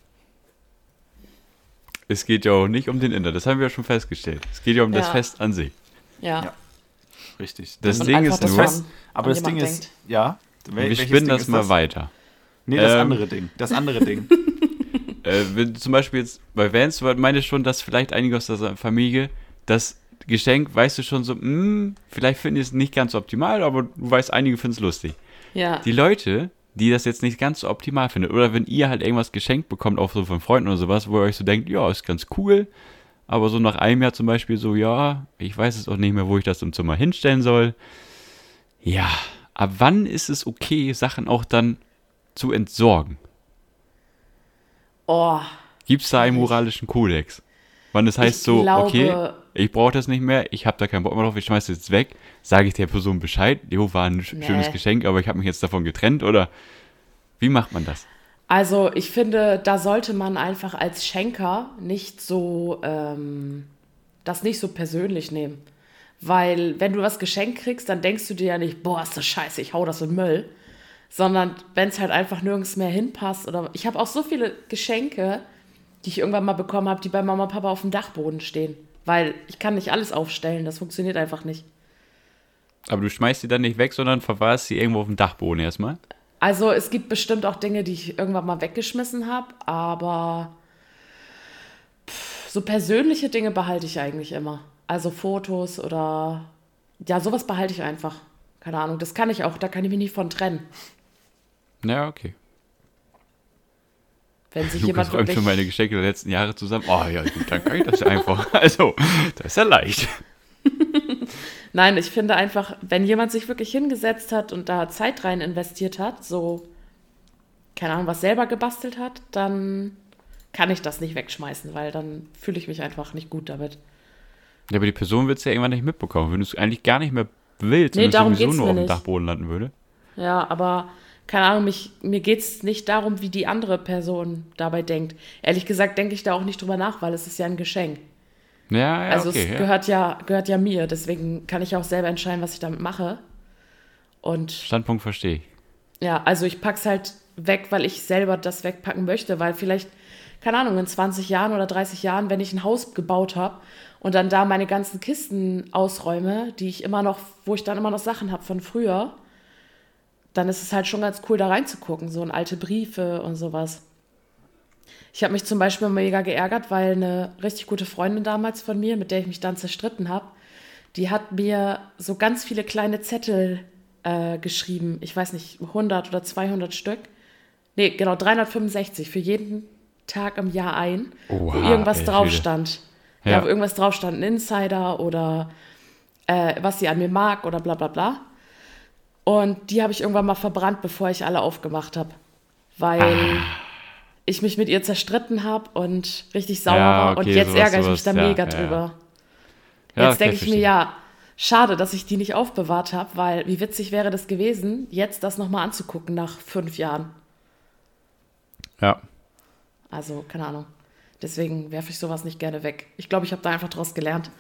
Es geht ja auch nicht um den Inhalt, das haben wir ja schon festgestellt. Es geht ja um das Ja. Fest an sich. Ja. Ja. Richtig. Das Und Ding einfach ist das nur, Fest- Aber an das Ding jemand ist, denkt. ja. Wel- wir welches spinnen Ding das ist mal weiter. Nee, das Ähm, andere Ding. Das andere Ding. Äh, wenn du zum Beispiel jetzt bei Vans, meine ich schon, dass vielleicht einige aus der Familie das Geschenk, weißt du schon so, mh, vielleicht finden die es nicht ganz so optimal, aber du weißt, einige finden es lustig. Ja. Die Leute, die das jetzt nicht ganz so optimal findet, oder wenn ihr halt irgendwas geschenkt bekommt, auch so von Freunden oder sowas, wo ihr euch so denkt, ja, ist ganz cool, aber so nach einem Jahr zum Beispiel so, ja, ich weiß es auch nicht mehr, wo ich das im Zimmer hinstellen soll. Ja, ab wann ist es okay, Sachen auch dann zu entsorgen? Oh, Gibt es da einen moralischen Kodex? Wann es heißt Ich so, glaube- okay, ich brauche das nicht mehr, ich habe da keinen Bock mehr drauf, ich schmeiße es jetzt weg, sage ich der Person Bescheid, jo, war ein sch- Nee. schönes Geschenk, aber ich habe mich jetzt davon getrennt, oder wie macht man das? also ich finde, da sollte man einfach als Schenker nicht so, ähm, das nicht so persönlich nehmen. Weil wenn du was geschenkt kriegst, dann denkst du dir ja nicht, boah, ist das scheiße, ich hau das in den Müll. Sondern wenn es halt einfach nirgends mehr hinpasst. Oder ich habe auch so viele Geschenke, die ich irgendwann mal bekommen habe, die bei Mama und Papa auf dem Dachboden stehen. Weil ich kann nicht alles aufstellen, das funktioniert einfach nicht. Aber du schmeißt sie dann nicht weg, sondern verwahrst sie irgendwo auf dem Dachboden erstmal? Also es gibt bestimmt auch Dinge, die ich irgendwann mal weggeschmissen habe, aber pff, so persönliche Dinge behalte ich eigentlich immer. Also Fotos oder ja, sowas behalte ich einfach. Keine Ahnung, das kann ich auch, da kann ich mich nicht von trennen. Ja, okay. Wenn sich Lukas jemand räumt wirklich... schon meine Geschenke der letzten Jahre zusammen. Oh ja, gut, dann kann ich das ja einfach. Also, das ist ja leicht. Nein, ich finde einfach, wenn jemand sich wirklich hingesetzt hat und da Zeit rein investiert hat, so, keine Ahnung, was selber gebastelt hat, dann kann ich das nicht wegschmeißen, weil dann fühle ich mich einfach nicht gut damit. Ja, aber die Person wird es ja irgendwann nicht mitbekommen. Wenn du es eigentlich gar nicht mehr willst Nee, und es darum sowieso geht's nur mir auf dem nicht. Dachboden landen würde. Ja, aber keine Ahnung, mich, mir geht es nicht darum, wie die andere Person dabei denkt. Ehrlich gesagt denke ich da auch nicht drüber nach, weil es ist ja ein Geschenk. Ja, ja, also okay. es ja. gehört ja, gehört ja mir, deswegen kann ich auch selber entscheiden, was ich damit mache. Und Standpunkt verstehe ich. ja, also ich pack's halt weg, weil ich selber das wegpacken möchte, weil vielleicht, keine Ahnung, in zwanzig Jahren oder dreißig Jahren, wenn ich ein Haus gebaut habe und dann da meine ganzen Kisten ausräume, die ich immer noch, wo ich dann immer noch Sachen habe von früher, dann ist es halt schon ganz cool, da reinzugucken, so in alte Briefe und sowas. Ich habe mich zum Beispiel mega geärgert, weil eine richtig gute Freundin damals von mir, mit der ich mich dann zerstritten habe, die hat mir so ganz viele kleine Zettel äh, geschrieben. Ich weiß nicht, hundert oder zweihundert Stück. Nee, genau, dreihundertfünfundsechzig für jeden Tag im Jahr ein, wo Oha, irgendwas ey, drauf Schwede. stand. Ja. Ja. wo irgendwas drauf stand, ein Insider oder äh, was sie an mir mag oder bla bla bla. Und die habe ich irgendwann mal verbrannt, bevor ich alle aufgemacht habe. Weil Ah. ich mich mit ihr zerstritten habe und richtig sauer Ja, war. Und okay, jetzt sowas, ärgere ich mich sowas, da ja, mega ja, ja. drüber. Ja, Jetzt okay, denke ich mir, verstehe. ja, schade, dass ich die nicht aufbewahrt habe, weil wie witzig wäre das gewesen, jetzt das nochmal anzugucken nach fünf Jahren. Ja. Also, keine Ahnung. Deswegen werfe ich sowas nicht gerne weg. Ich glaube, ich habe da einfach draus gelernt.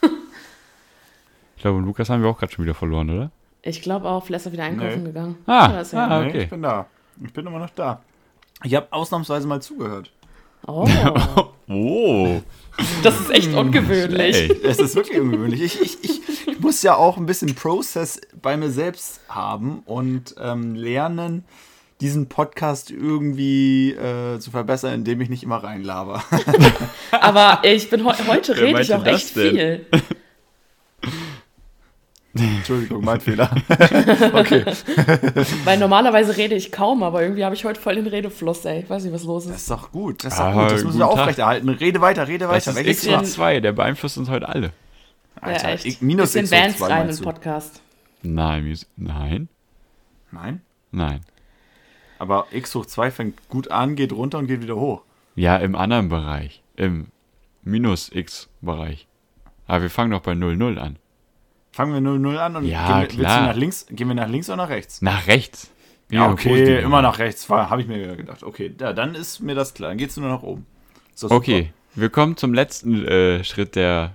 Ich glaube, Lukas haben wir auch gerade schon wieder verloren, oder? Ich glaube auch, vielleicht ist er wieder einkaufen Nee. gegangen. Ah, Ja, ist ja- ah. Nee, okay. ich bin da. Ich bin immer noch da. Ich habe ausnahmsweise mal zugehört. Oh, Oh. das ist echt ungewöhnlich. Ey. Es ist wirklich ungewöhnlich. Ich, ich, ich, ich muss ja auch ein bisschen Process bei mir selbst haben und ähm, lernen, diesen Podcast irgendwie äh, zu verbessern, indem ich nicht immer reinlaber. Aber ich bin heu- heute Wer rede ich meinte auch das echt denn? viel. Entschuldigung, mein Fehler. Okay. Weil normalerweise rede ich kaum, aber irgendwie habe ich heute voll den Redefluss, ey. Ich weiß nicht, was los Das ist. ist doch gut. Das ist doch Ah, gut. Das müssen wir guten Tag. aufrechterhalten. Rede weiter, rede Das weiter. ist Welches X Thema? hoch zwei, der beeinflusst uns heute alle. Alter, ja, echt. ich- minus Bisschen X hoch Vans zwei rein im meinst du? Podcast. Nein, Mus- nein, Nein? nein. Aber x hoch zwei fängt gut an, geht runter und geht wieder hoch. Ja, im anderen Bereich. Im Minus-X-Bereich. Aber wir fangen doch bei null null an. Fangen wir null null an und Ja, gehen, wir- willst du klar. nach links, gehen wir nach links oder nach rechts? Nach rechts. Ja, positiv. okay, immer nach rechts. Habe ich mir gedacht. Okay, ja, dann ist mir das klar. Dann geht's nur nach oben. Ist doch super. Okay, wir kommen zum letzten äh, Schritt der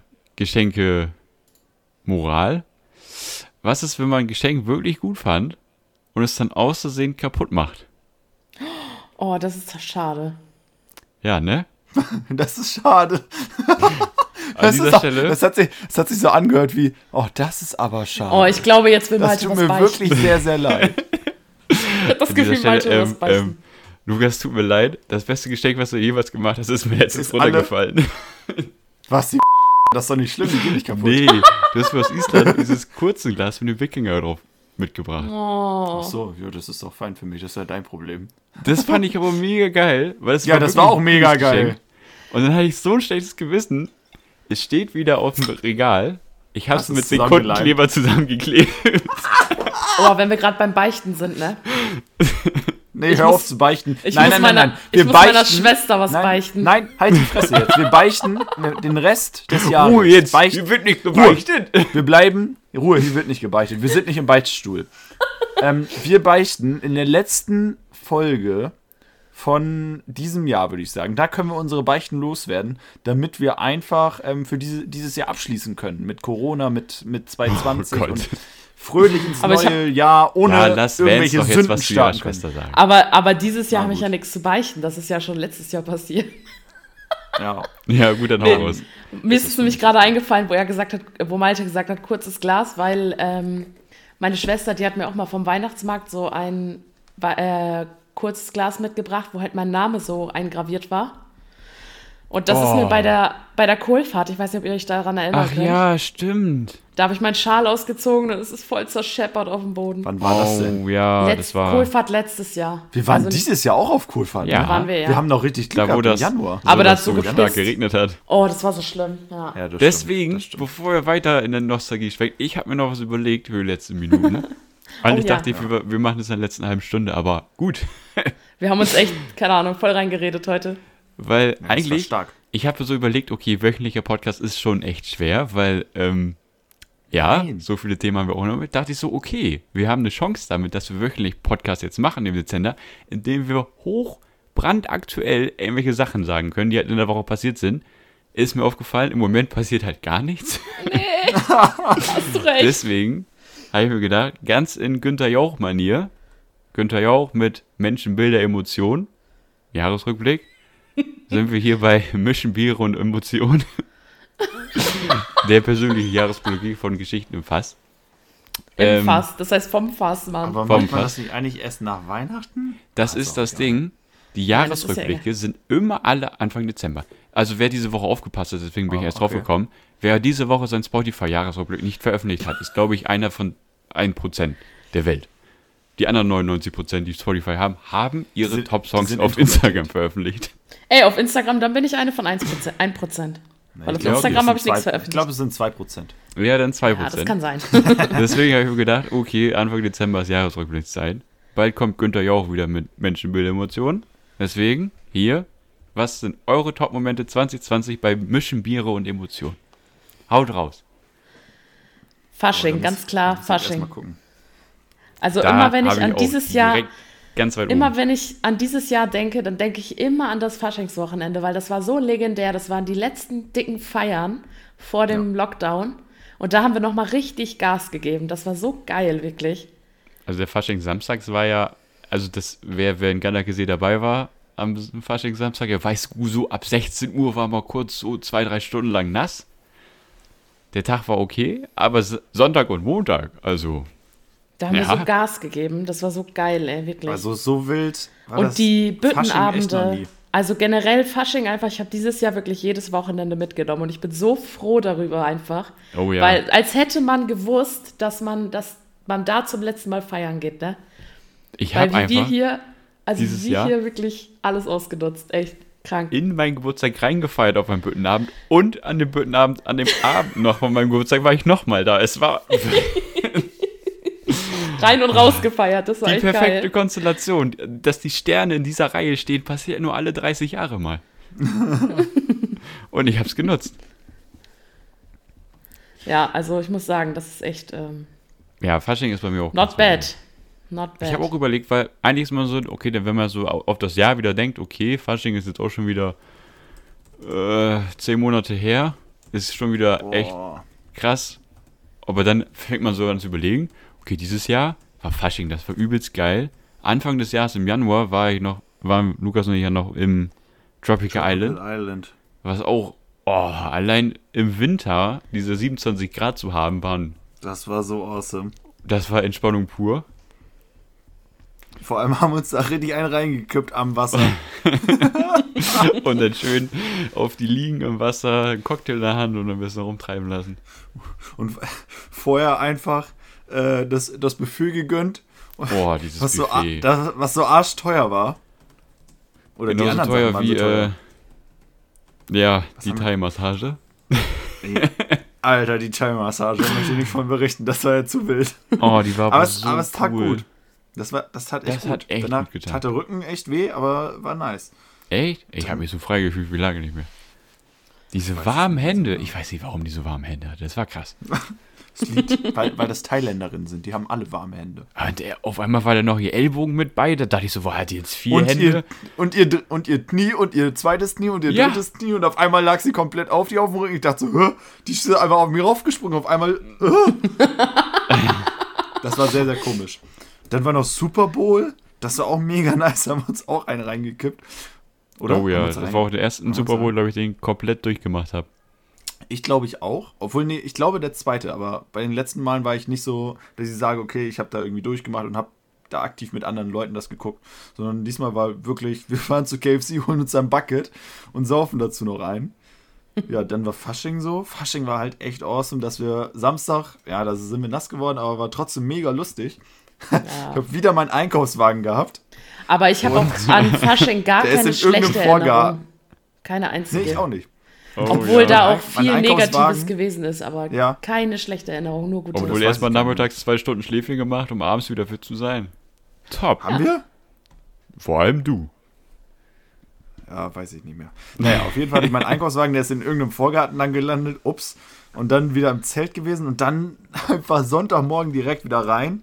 Geschenke-Moral. Was ist, wenn man ein Geschenk wirklich gut fand und es dann auszusehen kaputt macht? Oh, das ist schade. Ja, ne? Das ist schade. An Das, dieser ist auch, Stelle, das, hat sich, das hat sich so angehört wie, oh, das ist aber schade. Oh, ich glaube, jetzt will das Malte tut was mir beichten. wirklich sehr, sehr leid. Ich hab das an dieser Gefühl, Malte Stelle will was ähm, beichten. ähm, Lukas, tut mir leid. Das beste Geschenk, was du jemals gemacht hast, ist mir letztens Ist alle- runtergefallen. Was, die das ist doch nicht schlimm, die geht nicht kaputt. Nee, du hast mir aus Island dieses kurze Glas mit dem Wikinger drauf mitgebracht. Oh. Ach so, ja, das ist doch fein für mich, das ist ja dein Problem. Das fand ich aber mega geil. Weil es Ja, das war wirklich auch ein mega gutes geil. Geschenk. Und dann hatte ich so ein schlechtes Gewissen. Es steht wieder auf dem Regal. Ich habe es Hast mit es zusammengeleimt? Sekundenkleber zusammengeklebt. Oh, wenn wir gerade beim Beichten sind, ne? Nee, Ich hör muss- auf zu beichten. Ich nein, muss, nein, meiner, nein, nein. Wir ich muss meiner beichten. Schwester was nein, beichten. Nein, halt die Fresse jetzt. Wir beichten den Rest des Jahres. Ruhe jetzt. Beichten. Hier wird nicht gebeichtet. Wir bleiben. Ruhe, hier wird nicht gebeichtet. Wir sind nicht im Beichtstuhl. ähm, wir beichten in der letzten Folge von diesem Jahr, würde ich sagen. Da können wir unsere Beichten loswerden, damit wir einfach ähm, für diese, dieses Jahr abschließen können. Mit Corona, mit, mit zwanzig zwanzig Oh Gott. und fröhlich ins Aber ich neue Jahr, ohne Ja, lass Vance irgendwelche doch jetzt Sünden was zu ihrer starten können. Schwester sagen. Aber, aber dieses Jahr Na habe ich gut. ja nichts zu beichten. Das ist ja schon letztes Jahr passiert. Ja. Ja, gut, dann hau Nee. raus. Mir ist es nämlich gerade eingefallen, wo er gesagt hat, wo Malte gesagt hat, kurzes Glas, weil ähm, meine Schwester, die hat mir auch mal vom Weihnachtsmarkt so ein äh, kurzes Glas mitgebracht, wo halt mein Name so eingraviert war. Und das ist Oh. mir bei der, bei der Kohlfahrt, ich weiß nicht, ob ihr euch daran erinnert Ach könnt. ja, stimmt. Da habe ich meinen Schal ausgezogen und es ist voll zerscheppert auf dem Boden. Wann war das denn? Oh ja, Letz- das war... Kohlfahrt letztes Jahr. Wir waren Also, dieses Jahr auch auf Kohlfahrt. Ja. ne? waren wir ja. Wir haben noch richtig Glück Da, wo gehabt das im Januar. Aber so, dass dazu so stark gepisst. geregnet hat. Oh, das war so schlimm. Ja. Ja, das Deswegen, stimmt, das stimmt. bevor wir weiter in der Nostalgie schwenken, ich habe mir noch was überlegt für die letzten Minuten. Eigentlich Oh ja. dachte ich, wir, wir machen das in der letzten halben Stunde, aber gut. Wir haben uns echt, keine Ahnung, voll reingeredet heute. Weil Ja, das war eigentlich, stark. ich habe so überlegt, okay, wöchentlicher Podcast ist schon echt schwer, weil, ähm, ja, Nein. so viele Themen haben wir auch noch mit. Dachte ich so, okay, wir haben eine Chance damit, dass wir wöchentlich Podcast jetzt machen im Dezember, indem wir hoch brandaktuell irgendwelche Sachen sagen können, die halt in der Woche passiert sind. Ist mir aufgefallen, im Moment passiert halt gar nichts. Hast du recht. Deswegen habe ich mir gedacht, ganz in Günther Jauch-Manier, Günther Jauch mit Menschen, Bilder, Emotionen, Jahresrückblick, sind wir hier bei Mischen, Biere und Emotionen. Der persönliche Jahresbiologie von Geschichten im Fass. Im Ähm, Fass, das heißt vom Fass, Mann. Aber Vom macht man Fass. das nicht eigentlich erst nach Weihnachten? Das Ach ist so, das ja. Ding. Die Nein, das ist ja Jahresrückblicke sind immer alle Anfang Dezember. Also wer diese Woche aufgepasst hat, deswegen bin ich Oh, erst drauf okay. gekommen, wer diese Woche sein Spotify-Jahresrückblick nicht veröffentlicht hat, ist, glaube ich, einer von ein Prozent der Welt. Die anderen neunundneunzig Prozent, die Spotify haben, haben ihre sind- Top-Songs die sind auf introvertiert. Instagram veröffentlicht. Ey, auf Instagram, dann bin ich eine von eins Prozent. ein Prozent. Weil auf glaub, Instagram es habe ich sind nichts zwei- veröffentlicht. Ich glaube, es sind zwei Prozent. Ja, dann zwei ja, das Prozent. kann sein. Deswegen habe ich mir gedacht, okay, Anfang Dezember ist Jahresrückblickzeit. Bald kommt Günther Jauch wieder mit Menschen, Bilder, Emotionen. Deswegen, hier, was sind eure Top-Momente zwanzig zwanzig bei Mischen, Biere und Emotionen? Haut raus. Fasching, Oh, da ganz muss- klar, muss ich erst Fasching. mal gucken. Also Da immer wenn ich habe an auch dieses Jahr, direkt ganz weit immer oben. wenn ich an dieses Jahr denke, dann denke ich immer an das Faschingswochenende, weil das war so legendär. Das waren die letzten dicken Feiern vor dem Lockdown. Und da haben wir nochmal richtig Gas gegeben. Das war so geil, wirklich. Also der Fasching-Samstag war ja, also das, wer, wer in Gardakesee dabei war am Fasching-Samstag, der weiß, so ab sechzehn Uhr war mal kurz so zwei, drei Stunden lang nass. Der Tag war okay, aber S- Sonntag und Montag, also Da haben wir Ja. so Gas gegeben. Das war so geil, ey, wirklich. Also so wild war Und das die Fasching echt noch Büttenabende. nie. Also generell Fasching einfach, ich habe dieses Jahr wirklich jedes Wochenende mitgenommen und ich bin so froh darüber einfach. Oh ja. Weil als hätte man gewusst, dass man, dass man da zum letzten Mal feiern geht, ne? Ich Weil habe wie einfach wir hier, also dieses wie wir Jahr hier wirklich alles ausgenutzt, echt krank. in meinen Geburtstag reingefeiert auf meinem Büttenabend und an dem Büttenabend, an dem Abend noch von meinem Geburtstag war ich nochmal da. Es war Rein und raus gefeiert, das war die echt perfekte geil. Konstellation. Dass die Sterne in dieser Reihe stehen, passiert nur alle dreißig Jahre mal. Und ich habe es genutzt. Ja, also ich muss sagen, das ist echt ähm, Ja, Fasching ist bei mir auch not ganz bad. Not bad. Ich habe auch überlegt, weil eigentlich ist man so, okay, dann wenn man so au- auf das Jahr wieder denkt, okay, Fasching ist jetzt auch schon wieder äh, zehn Monate her, ist schon wieder echt Boah. krass. Aber dann fängt man so an zu überlegen, okay, dieses Jahr war Fasching, das war übelst geil. Anfang des Jahres im Januar war ich noch, waren Lukas und ich ja noch im Tropical Island, Island. was auch, oh, allein im Winter diese siebenundzwanzig Grad zu haben, waren, Das war so awesome. das war Entspannung pur. Vor allem haben wir uns da richtig einen reingekippt am Wasser. Und dann schön auf die Liegen im Wasser, einen Cocktail in der Hand und ein bisschen rumtreiben lassen. Und vorher einfach äh, das, das Buffet gegönnt. Boah, dieses was so, a- Buffet. das, was so arschteuer war. Oder die Genauso anderen teuer Sachen waren wie, so teuer. äh, ja, Was die haben wir- Thai-Massage. Nee. Alter, die Thai-Massage, möchte ich nicht von berichten, das war ja zu wild. Oh, die war aber, Aber es, so aber es tat cool. gut. Das, war, das tat echt Das gut. hat echt Danach gut getan. tat der Rücken echt weh, aber war nice. Echt? Ich habe mich so frei gefühlt wie lange nicht mehr. Diese warmen Hände. Ich weiß nicht, warum die so warme Hände hatte. Das war krass. Das liegt, weil, weil das Thailänderinnen sind, die haben alle warme Hände. Und der, auf einmal war da noch ihr Ellbogen mit bei. Da dachte ich so, wo hat die jetzt vier Und Hände? ihr, und, ihr, dr- und ihr Knie und ihr zweites Knie und ihr Ja. drittes Knie und auf einmal lag sie komplett auf die auf dem Rücken. Ich dachte so, hä? Die ist einfach auf mir raufgesprungen. Auf einmal, hä? Das war sehr, sehr komisch. Dann war noch Super Bowl. Das war auch mega nice. Da haben wir uns auch einen reingekippt. Oder? Oh Haben wir ja, uns das rein- war auch der erste haben wir uns Super Bowl, rein- glaube ich, den ich komplett durchgemacht habe. Ich glaube ich auch. Obwohl, nee, ich glaube der zweite. Aber bei den letzten Malen war ich nicht so, dass ich sage, okay, ich habe da irgendwie durchgemacht und habe da aktiv mit anderen Leuten das geguckt. Sondern diesmal war wirklich, wir fahren zu K F C, holen uns ein Bucket und saufen dazu noch ein. Ja, dann war Fasching so. Fasching war halt echt awesome, dass wir Samstag, ja, da sind wir nass geworden, aber war trotzdem mega lustig. Ich habe wieder meinen Einkaufswagen gehabt. Aber ich habe auch an Fasching gar Der ist keine in irgendeinem schlechte Vorgarten. Erinnerung. Keine Nee, einzige. ich auch nicht. Oh, Obwohl ja. da Mein- auch mein viel Einkaufswagen- Negatives gewesen ist, aber Ja. keine schlechte Erinnerung, nur gute. das Obwohl weiß erstmal ich gar nicht. nachmittags zwei Stunden Schläfchen gemacht, um abends wieder fit zu sein. Top. Haben wir? Vor allem du. Ja, weiß ich nicht mehr. Naja, auf jeden Fall hatte ich meinen Einkaufswagen, der ist in irgendeinem Vorgarten dann gelandet. Ups. Und dann wieder im Zelt gewesen und dann einfach Sonntagmorgen direkt wieder rein.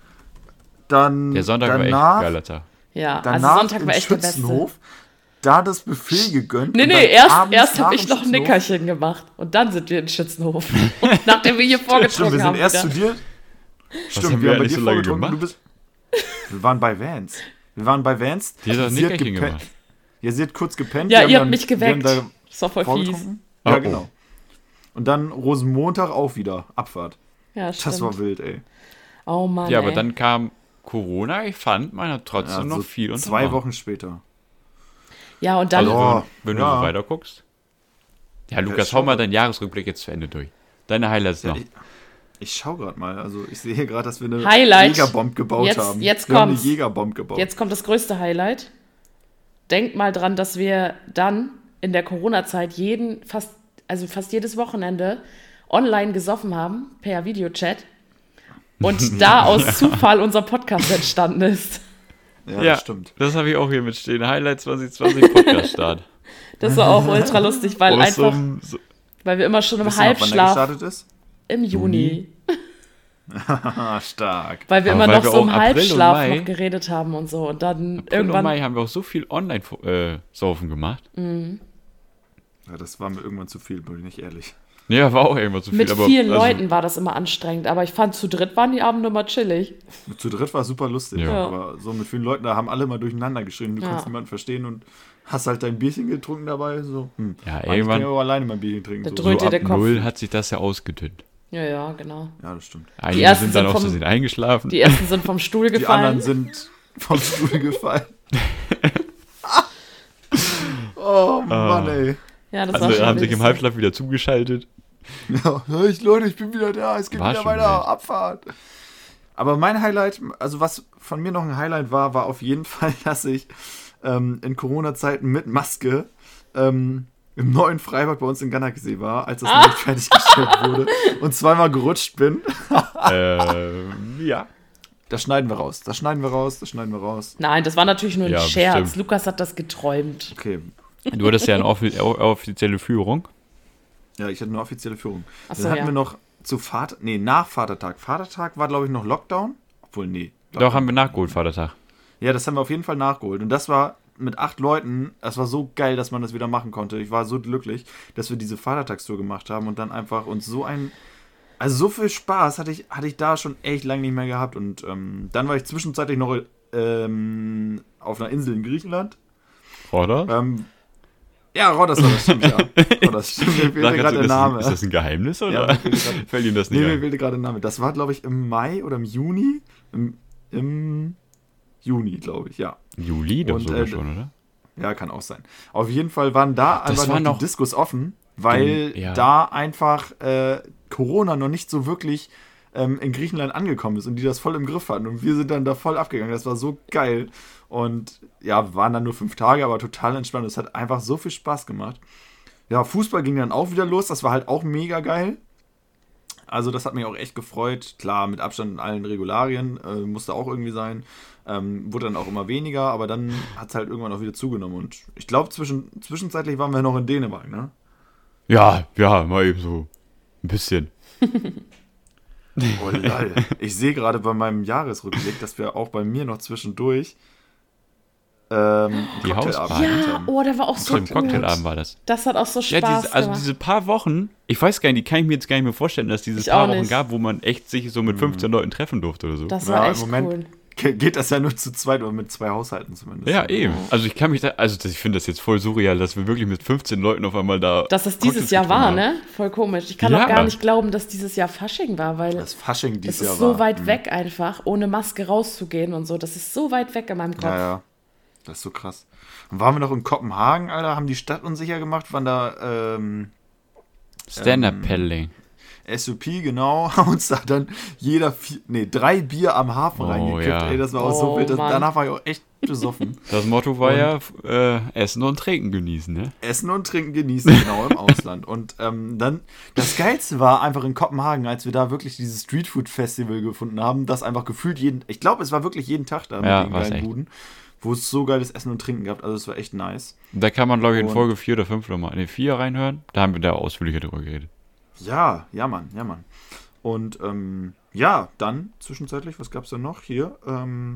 Dann Der Sonntag danach, war echt geiler Tag. Ja, danach also Sonntag im war echt der beste. Schützenhof, da das Buffet gegönnt. Nee, und nee, dann erst, abends erst nach habe dem ich noch ein Schützenhof- Nickerchen gemacht und dann sind wir in den Schützenhof. Und nachdem wir hier Stimmt, vorgetrunken wir sind haben. erst zu wieder. dir. Stimmt, haben wir wir haben bei eigentlich dir so lange vorgetrunken. Du bist, wir waren bei Vans. Wir waren bei Vans. Die hat doch Sie hat Nickerchen gepennt. gemacht. Ja, sie hat kurz gepennt. Ja, wir haben ihr habt dann- mich wir haben geweckt. da Das war voll fies. vorgetrunken. Oh, Ja, oh. genau. Und dann Rosenmontag auch wieder. Abfahrt. Ja, stimmt. Das war wild, ey. Oh Mann, Ja, aber ey. dann kam Corona. Ich fand, man hat trotzdem Ja, noch so viel Zwei unternommen. Wochen später. Ja, und dann... Also, Ja, wenn, wenn ja. du so weiter guckst. Ja, Lukas, ist hau schon mal was. deinen Jahresrückblick jetzt zu Ende durch. Deine Highlights noch. Ich, ich schau gerade mal. Also ich sehe hier gerade, dass wir eine Highlight. Jägerbomb gebaut Jetzt- haben. jetzt wir haben eine kommt's. Jägerbomb gebaut. Jetzt kommt das größte Highlight. Denkt mal dran, dass wir dann in der Corona-Zeit jeden, fast, also fast jedes Wochenende online gesoffen haben, per Videochat. Und da aus Zufall unser Podcast entstanden ist. Ja, Ja, das stimmt. das habe ich auch hier mitstehen. Highlight zwanzig zwanzig Podcast-Start. Das war auch ultra lustig, weil Aus so einfach, einem- so, weil wir immer schon im Wisst ihr noch, wann der Halbschlaf gestartet ist? im Juni, Ah, stark. weil wir Aber immer weil noch wir so auch im April und Halbschlaf Mai- noch geredet haben und so. Und dann April und irgendwann, Mai haben wir auch so viel Online-Saufen gemacht. Ja, das war mir irgendwann zu viel, bin ich nicht ehrlich. Ja, war auch irgendwas zu viel. mit aber, vielen also, Leuten war das immer anstrengend. Aber ich fand, zu dritt waren die Abende immer chillig. Zu dritt war es super lustig. Ja. Aber so mit vielen Leuten, da haben alle mal durcheinander geschrien. Du Ja. konntest niemanden verstehen und hast halt dein Bierchen getrunken dabei. So, hm. Ja, Eigentlich kann irgendwann- ich auch alleine mein Bierchen trinken. Da So. dröhnt so dir der ab Kopf. null hat sich das ja ausgedünnt. Ja, ja, genau. Ja, das stimmt. Einige ersten sind dann sind auch vom- so sind eingeschlafen. Die ersten sind vom Stuhl Die gefallen. anderen sind vom Stuhl gefallen. Oh Mann, ey. Ja, das war Andere schon haben sich wild. im Halbschlaf wieder zugeschaltet. Ja, ich, Leute, ich bin wieder da, es geht War wieder schon weiter, wild. Abfahrt. Aber mein Highlight, also was von mir noch ein Highlight war, war auf jeden Fall, dass ich ähm, in Corona-Zeiten mit Maske ähm, im neuen Freibad bei uns in Gannagssee war, als das Ah. noch nicht fertiggestellt wurde und zweimal gerutscht bin. äh, ja. Das schneiden wir raus, das schneiden wir raus, das schneiden wir raus. Nein, das war natürlich nur ein Ja, Scherz. bestimmt. Lukas hat das geträumt. Okay, Du hattest ja eine offi offizielle Führung. ja, ich hatte eine offizielle Führung. Achso, Dann hatten ja. wir noch zu Vater, nee, nach Vatertag. Vatertag war, glaube ich, noch Lockdown. Obwohl, nee. Doch, haben wir nachgeholt, Vatertag. Ja, das haben wir auf jeden Fall nachgeholt. Und das war mit acht Leuten, das war so geil, dass man das wieder machen konnte. Ich war so glücklich, dass wir diese Vatertagstour gemacht haben und dann einfach uns so ein, also so viel Spaß hatte ich, hatte ich da schon echt lange nicht mehr gehabt. Und ähm, dann war ich zwischenzeitlich noch ähm, auf einer Insel in Griechenland. Oder? Ähm, ja, Rhodos war das, stimmt, ja. Rhodos, stimmt, mir fehlte Sag gerade der das, Name. ist das ein Geheimnis Ja, oder mir fehlte grad- fällt ihm das nicht Nee, mir ein? fehlte gerade der Name. Das war, glaube ich, im Mai oder im Juni. Im, im Juni, glaube ich, ja. Juli doch Und, sogar äh, schon, oder? Ja, kann auch sein. Auf jeden Fall waren da Das einfach war noch noch- die Diskos offen, weil Ja. da einfach äh, Corona noch nicht so wirklich ähm, in Griechenland angekommen ist und die das voll im Griff hatten. Und wir sind dann da voll abgegangen. Das war so geil. Und ja, wir waren dann nur fünf Tage, aber total entspannt. Es hat einfach so viel Spaß gemacht. Ja, Fußball ging dann auch wieder los. Das war halt auch mega geil. Also das hat mich auch echt gefreut. Klar, mit Abstand in allen Regularien. Äh, musste auch irgendwie sein. Ähm, wurde dann auch immer weniger, aber dann hat es halt irgendwann auch wieder zugenommen. Und ich glaube, zwischen, zwischenzeitlich waren wir noch in Dänemark, ne? Ja, ja, mal eben so ein bisschen. Oh lol. Ich sehe gerade bei meinem Jahresrückblick, dass wir auch bei mir noch zwischendurch ähm, einen Die Cocktailabend Hausparty. gemacht Ja, haben. oh, der war auch so Im gut. Cocktailabend war das. Das hat auch so Ja, Spaß diese, also gemacht. diese paar Wochen, ich weiß gar nicht, die kann ich mir jetzt gar nicht mehr vorstellen, dass diese Ich paar auch Wochen nicht. gab, wo man echt sich so mit fünfzehn Leuten treffen durfte oder so. Das Ja, war im echt Moment cool. Ge- Geht das ja nur zu zweit oder mit zwei Haushalten zumindest. Ja, eben. Also ich kann mich da, also das, ich finde das jetzt voll surreal, dass wir wirklich mit fünfzehn Leuten auf einmal da. Dass das dieses Cocktails Jahr getrunken war, haben. ne? Voll komisch. Ich kann Ja. auch gar nicht glauben, dass dieses Jahr Fasching war, weil Das Fasching es dieses ist Jahr so war. weit Mhm. weg einfach, ohne Maske rauszugehen und so. Das ist so weit weg in meinem Kopf. Ja, ja. Das ist so krass. Und waren wir noch in Kopenhagen, Alter, haben die Stadt unsicher gemacht, waren da ähm, Stand-Up-Paddling. S U P, genau, haben uns da dann jeder vier, nee, drei Bier am Hafen Oh, reingekippt. ja. Ey, das war auch Oh, so wild. Das, Mann. danach war ich auch echt besoffen. Das Motto war ja äh, Essen und Trinken genießen, ne? Essen und Trinken genießen, genau, im Ausland. Und ähm, dann, das Geilste war einfach in Kopenhagen, als wir da wirklich dieses Streetfood-Festival gefunden haben, das einfach gefühlt jeden, ich glaube, es war wirklich jeden Tag da Ja, mit den war's geilen echt. Buden, wo es so geiles Essen und Trinken gab. Also es war echt nice. Da kann man, glaube ich, in Und- Folge vier oder fünf nochmal in die vier reinhören. Da haben wir da ausführlicher drüber geredet. Ja, ja, Mann, ja, Mann. Und ähm, ja, dann zwischenzeitlich, was gab's denn noch hier? Ähm,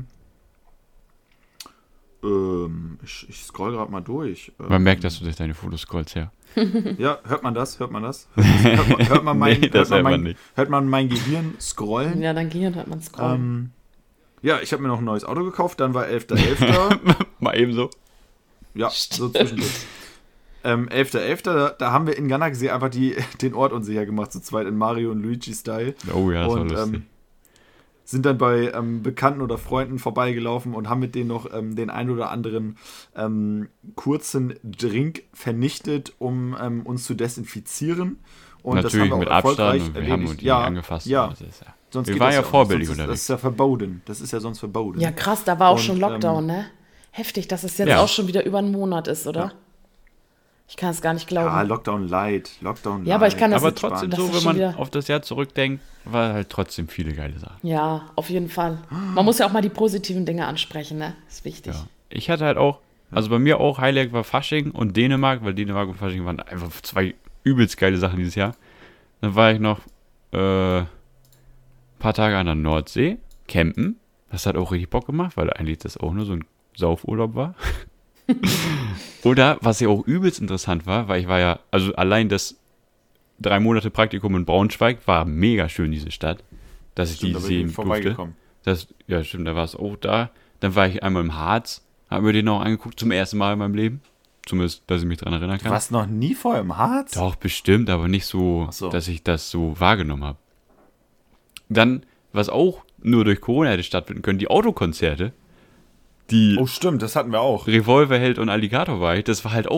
ähm, ich, ich scroll gerade mal durch. Ähm, Man merkt, dass du durch deine Fotos scrollst, ja. Ja, hört man das? Hört man das? Hört man, hört man, mein, Nee, das hört man, hört man mein, nicht. hört man mein Gehirn scrollen? Ja, dann Gehirn hat man scrollen. Ähm, ja, ich habe mir noch ein neues Auto gekauft, dann war elfter elfter Mal eben so. Ja, so zwischendurch. Ähm, elfter elfter Da, da haben wir in Gannagssee einfach die, den Ort unsicher gemacht, zu zweit in Mario und Luigi-Style. Oh ja, das war Und lustig. ähm, sind dann bei ähm, Bekannten oder Freunden vorbeigelaufen und haben mit denen noch ähm, den ein oder anderen ähm, kurzen Drink vernichtet, um ähm, uns zu desinfizieren. Und Natürlich das haben wir auch mit erfolgreich Abstand und wir haben erledigt. uns ja, nicht angefasst. Ja, Das ist ja. sonst Wir geht waren das ja auch nicht. vorbildlich Sonst ist, unterwegs. Das ist ja verboten. Das ist ja sonst verboten. Ja, krass, da war auch Und, schon Lockdown, ähm, ne? Heftig, dass es jetzt Ja. auch schon wieder über einen Monat ist, oder? Ja. Ich kann es gar nicht glauben. Ja, Lockdown light. Lockdown Ja, aber ich kann das Aber jetzt- trotzdem, das so, ist wenn schon man wieder- auf das Jahr zurückdenkt, war halt trotzdem viele geile Sachen. Ja, auf jeden Fall. Man muss ja auch mal die positiven Dinge ansprechen, ne? Ist wichtig. Ja. Ich hatte halt auch, also bei mir auch Highlight war Fasching und Dänemark, weil Dänemark und Fasching waren einfach zwei übelst geile Sachen dieses Jahr. Dann war ich noch äh, ein paar Tage an der Nordsee, campen. Das hat auch richtig Bock gemacht, weil eigentlich das auch nur so ein Saufurlaub war. Oder, was ja auch übelst interessant war, weil ich war ja, also allein das drei Monate Praktikum in Braunschweig war mega schön, diese Stadt, dass ich Stimmt, die da bin ich sehen durfte. vorbeigekommen. Das, ja, stimmt, da war es auch da. Dann war ich einmal im Harz, habe mir den auch angeguckt, zum ersten Mal in meinem Leben. Zumindest, dass ich mich dran erinnern Du kann. warst noch nie vorher im Harz? Doch, bestimmt, aber nicht so, Ach so. dass ich das so wahrgenommen habe. Dann, was auch nur durch Corona hätte stattfinden können, die Autokonzerte, die Oh, stimmt, das hatten wir auch. Revolverheld und Alligator war ich, das war halt auch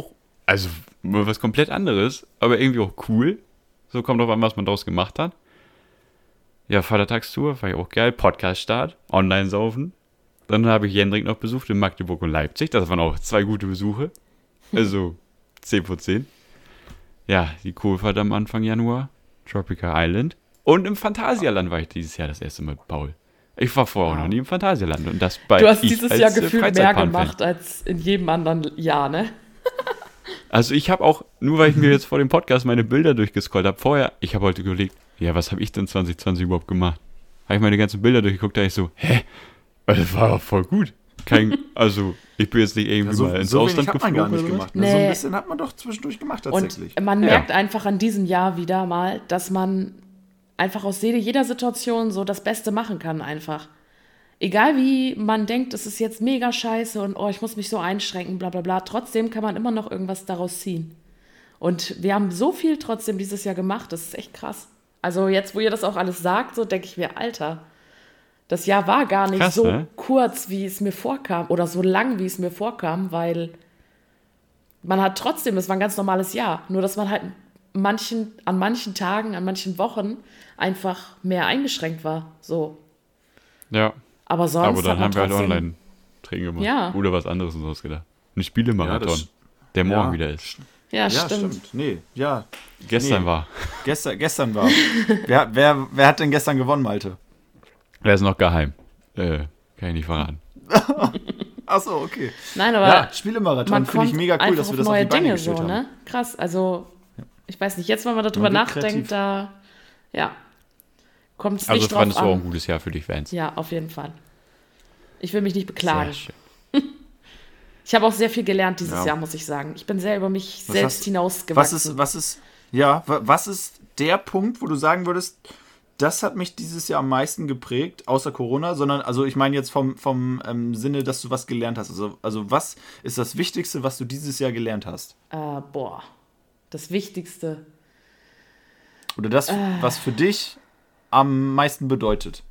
also mal was komplett anderes, aber irgendwie auch cool. So kommt drauf an, was man daraus gemacht hat. Ja, Vatertagstour, war ja auch geil. Podcast-Start, Online-Saufen. Dann habe ich Jendrik noch besucht in Magdeburg und Leipzig. Das waren auch zwei gute Besuche. Also zehn von zehn. Ja, die Kohlfahrt am Anfang Januar. Tropical Island. Und im Phantasialand war ich dieses Jahr das erste Mal mit Paul. Ich war vorher auch noch nie im Phantasialand. Und das bei Du hast ich dieses als, Jahr äh, gefühlt mehr Freizeitpark-Fan. gemacht als in jedem anderen Jahr, ne? Also ich habe auch, nur weil ich mir jetzt vor dem Podcast meine Bilder durchgescrollt habe, vorher, ich habe heute überlegt, ja, was habe ich denn zwanzig zwanzig überhaupt gemacht? Habe ich meine ganzen Bilder durchgeguckt, da ich so, hä? Das war doch voll gut. Kein, also ich bin jetzt nicht irgendwie Ja, so, mal ins so Ausland wenig hat man gar nicht geflogen oder gemacht. Ne? So Nee. ein bisschen hat man doch zwischendurch gemacht tatsächlich. Und man Ja. merkt einfach an diesem Jahr wieder mal, dass man einfach aus jeder jeder Situation so das Beste machen kann einfach. Egal wie man denkt, es ist jetzt mega scheiße und oh, ich muss mich so einschränken, bla bla bla. Trotzdem kann man immer noch irgendwas daraus ziehen. Und wir haben so viel trotzdem dieses Jahr gemacht, das ist echt krass. Also jetzt, wo ihr das auch alles sagt, so denke ich mir, Alter, das Jahr war gar nicht Krass, so ne? kurz, wie es mir vorkam oder so lang, wie es mir vorkam, weil man hat trotzdem, es war ein ganz normales Jahr, nur dass man halt manchen, an manchen Tagen, an manchen Wochen einfach mehr eingeschränkt war, so. Ja, Aber sonst aber dann hat man haben wir halt trotzdem, Online-Training gemacht. Ja. Oder was anderes uns ausgedacht. Ein Spielemarathon, Ja, das- der morgen ja. wieder ist. Ja, Ja, stimmt. stimmt. Nee, ja. Gestern Nee. war. Gestern, gestern war. wer, wer, wer hat denn gestern gewonnen, Malte? Der ist noch geheim. Äh, kann ich nicht verraten. Achso, okay. Nein, aber Ja, Spielemarathon man finde ich kommt mega cool, einfach dass wir auf das auf neue die Beine Dinge gestellt so, haben. ne? Krass, also ich weiß nicht, jetzt, wenn man darüber Man wird kreativ. nachdenkt, da, ja, kommt es Also nicht drauf fandest du auch ein an. gutes Jahr für dich Fans. Ja, auf jeden Fall. Ich will mich nicht beklagen. Sehr schön. Ich habe auch sehr viel gelernt dieses Ja. Jahr, muss ich sagen. Ich bin sehr über mich Was selbst hast- hinausgewachsen. Was ist, was ist, ja, wa- was ist der Punkt, wo du sagen würdest, das hat mich dieses Jahr am meisten geprägt, außer Corona, sondern, also ich meine jetzt vom, vom ähm, Sinne, dass du was gelernt hast. Also, also was ist das Wichtigste, was du dieses Jahr gelernt hast? Äh, boah, das Wichtigste. Oder das, was für dich am meisten bedeutet?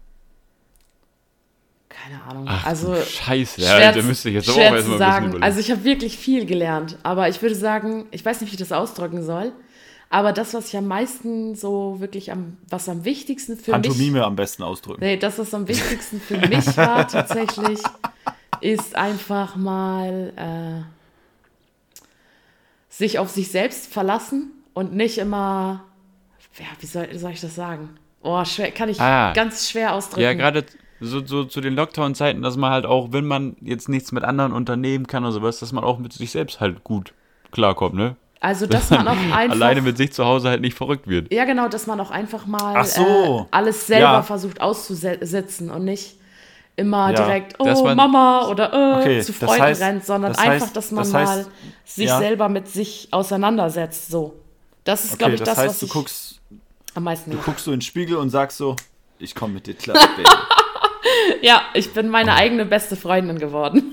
Keine Ahnung. Ach, also du Scheiße, schwer, ja, da müsste ich jetzt auch schwer erstmal zu ein bisschen sagen. überlegen. Also ich habe wirklich viel gelernt, aber ich würde sagen, ich weiß nicht, wie ich das ausdrücken soll, aber das, was ich am meisten so wirklich am, was am wichtigsten für mich, Pantomime am besten ausdrücken. nee, das, was am wichtigsten für mich war tatsächlich, ist einfach mal äh, sich auf sich selbst verlassen und nicht immer, ja, wie soll, soll ich das sagen? Oh, schwer, kann ich Ah. ganz schwer ausdrücken. Ja, gerade so, so zu den Lockdown-Zeiten, dass man halt auch, wenn man jetzt nichts mit anderen unternehmen kann oder sowas, dass man auch mit sich selbst halt gut klarkommt, ne? Also, dass man auch einfach... Alleine mit sich zu Hause halt nicht verrückt wird. Ja, genau, dass man auch einfach mal Ach so. äh, alles selber Ja. versucht auszusetzen und nicht immer Ja, direkt, dass oh, man- Mama oder äh, Okay, zu das Freunden heißt- rennt, sondern das heißt- einfach, dass man das heißt, mal sich ja. selber mit sich auseinandersetzt. So. Das ist, Okay, glaube ich, das das, heißt, was du ich guckst, am meisten du mache. guckst so in den Spiegel und sagst so, ich komme mit dir klar, Baby. Ja, ich bin meine eigene beste Freundin geworden.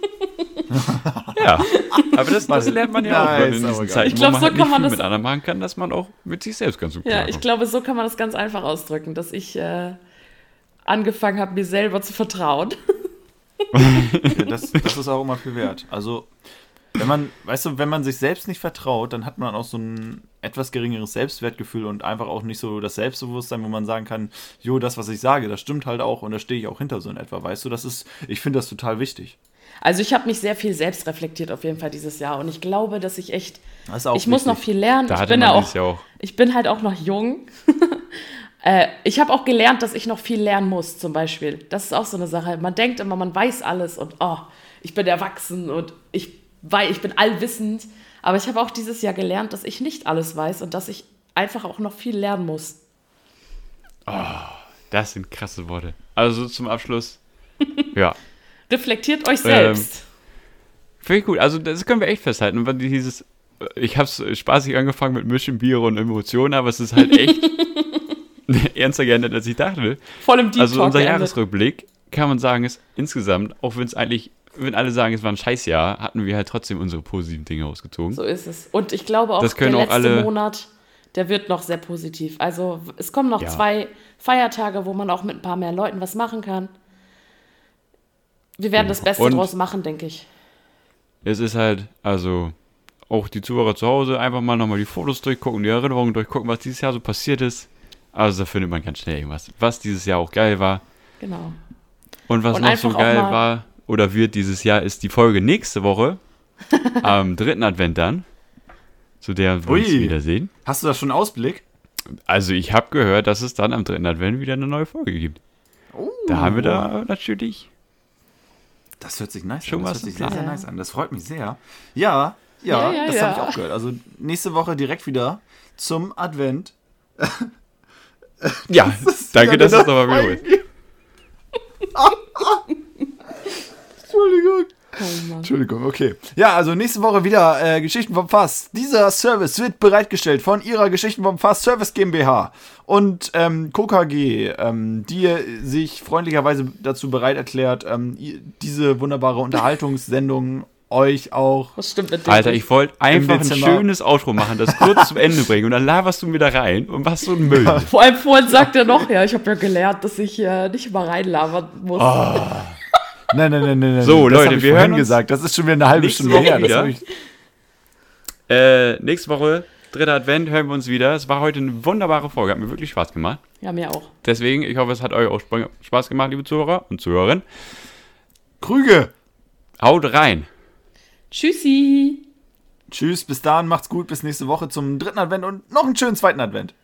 Ja, aber das, das lernt man ja auch Nice, in diesen aber geil. Zeiten, Ich glaub, wo man so halt kann nicht man viel das- mit anderen machen kann, dass man auch mit sich selbst ganz gut Ja, klarkommt. ich glaube, so kann man das ganz einfach ausdrücken, dass ich äh, angefangen habe, mir selber zu vertrauen. Ja, das, das ist auch immer viel wert. Also, wenn man, weißt du, wenn man sich selbst nicht vertraut, dann hat man auch so ein etwas geringeres Selbstwertgefühl und einfach auch nicht so das Selbstbewusstsein, wo man sagen kann, jo, das, was ich sage, das stimmt halt auch und da stehe ich auch hinter so in etwa, weißt du, das ist, ich finde das total wichtig. Also ich habe mich sehr viel selbst reflektiert auf jeden Fall dieses Jahr und ich glaube, dass ich echt, Das ist auch ich muss noch wichtig. viel lernen. Da ich hatte bin man ja dieses auch, Jahr auch. ich bin halt auch noch jung. äh, ich habe auch gelernt, dass ich noch viel lernen muss, zum Beispiel. Das ist auch so eine Sache. Man denkt immer, man weiß alles und oh, ich bin erwachsen und ich, weil ich bin allwissend. Aber ich habe auch dieses Jahr gelernt, dass ich nicht alles weiß und dass ich einfach auch noch viel lernen muss. Das sind krasse Worte. Also zum Abschluss, ja, Reflektiert euch Ähm, selbst. finde ich gut. Also das können wir echt festhalten. Weil dieses, ich habe es spaßig angefangen mit Mischen, Bier und Emotionen, aber es ist halt echt ernster geändert, als ich dachte. Voll im Deep Also Talk unser geendet. Jahresrückblick, kann man sagen, ist insgesamt, auch wenn es eigentlich, wenn alle sagen, es war ein Scheißjahr, hatten wir halt trotzdem unsere positiven Dinge rausgezogen. So ist es. Und ich glaube auch, Das können der auch letzte alle- Monat, der wird noch sehr positiv. Also es kommen noch Ja. zwei Feiertage, wo man auch mit ein paar mehr Leuten was machen kann. Wir werden das Genau. Beste Und- draus machen, denke ich. Es ist halt, also auch die Zuhörer zu Hause einfach mal nochmal die Fotos durchgucken, die Erinnerungen durchgucken, was dieses Jahr so passiert ist. Also da findet man ganz schnell irgendwas, was dieses Jahr auch geil war. Genau. Und was Und noch so einfach auch geil mal- war oder wird dieses Jahr, ist die Folge nächste Woche am dritten Advent dann, zu der wir uns Ui. wiedersehen. Hast du da schon einen Ausblick? Also ich habe gehört, dass es dann am dritten Advent wieder eine neue Folge gibt. Oh. Da haben wir da natürlich Das hört sich nice Schon an. Das was hört sich im sehr, Plan. sehr Ja. nice an. Das freut mich sehr. Ja, ja, Ja, ja, das ja. habe ich auch gehört. Also nächste Woche direkt wieder zum Advent. Ja, danke, dass es nochmal wieder ist. Entschuldigung. Oh Mann. Entschuldigung, okay. Ja, also nächste Woche wieder äh, Geschichten vom Fass. Dieser Service wird bereitgestellt von ihrer Geschichten vom Fass Service GmbH und ähm, Co K G, ähm, die sich freundlicherweise dazu bereit erklärt, ähm, i- diese wunderbare Unterhaltungssendung euch auch. Was stimmt mit dem? Alter, ich wollte einfach ein Dezember. schönes Outro machen, das kurz zum Ende bringen und dann laberst du mir da rein und was so ein Müll. Vor allem vorhin sagt er noch, ja, ich habe ja gelernt, dass ich äh, nicht mal reinlabern muss. Nein, nein, nein, nein, nein. So, das Leute, hab ich wir vorhin hören uns gesagt. Das ist schon wieder eine halbe nächste Stunde Woche her. Das wieder. hab ich, Äh, nächste Woche, dritter Advent, hören wir uns wieder. Es war heute eine wunderbare Folge, hat mir wirklich Spaß gemacht. Ja, mir auch. Deswegen, ich hoffe, es hat euch auch Sp- Spaß gemacht, liebe Zuhörer und Zuhörerinnen. Krüge. Haut rein! Tschüssi. Tschüss, bis dahin, macht's gut, bis nächste Woche zum dritten Advent und noch einen schönen zweiten Advent.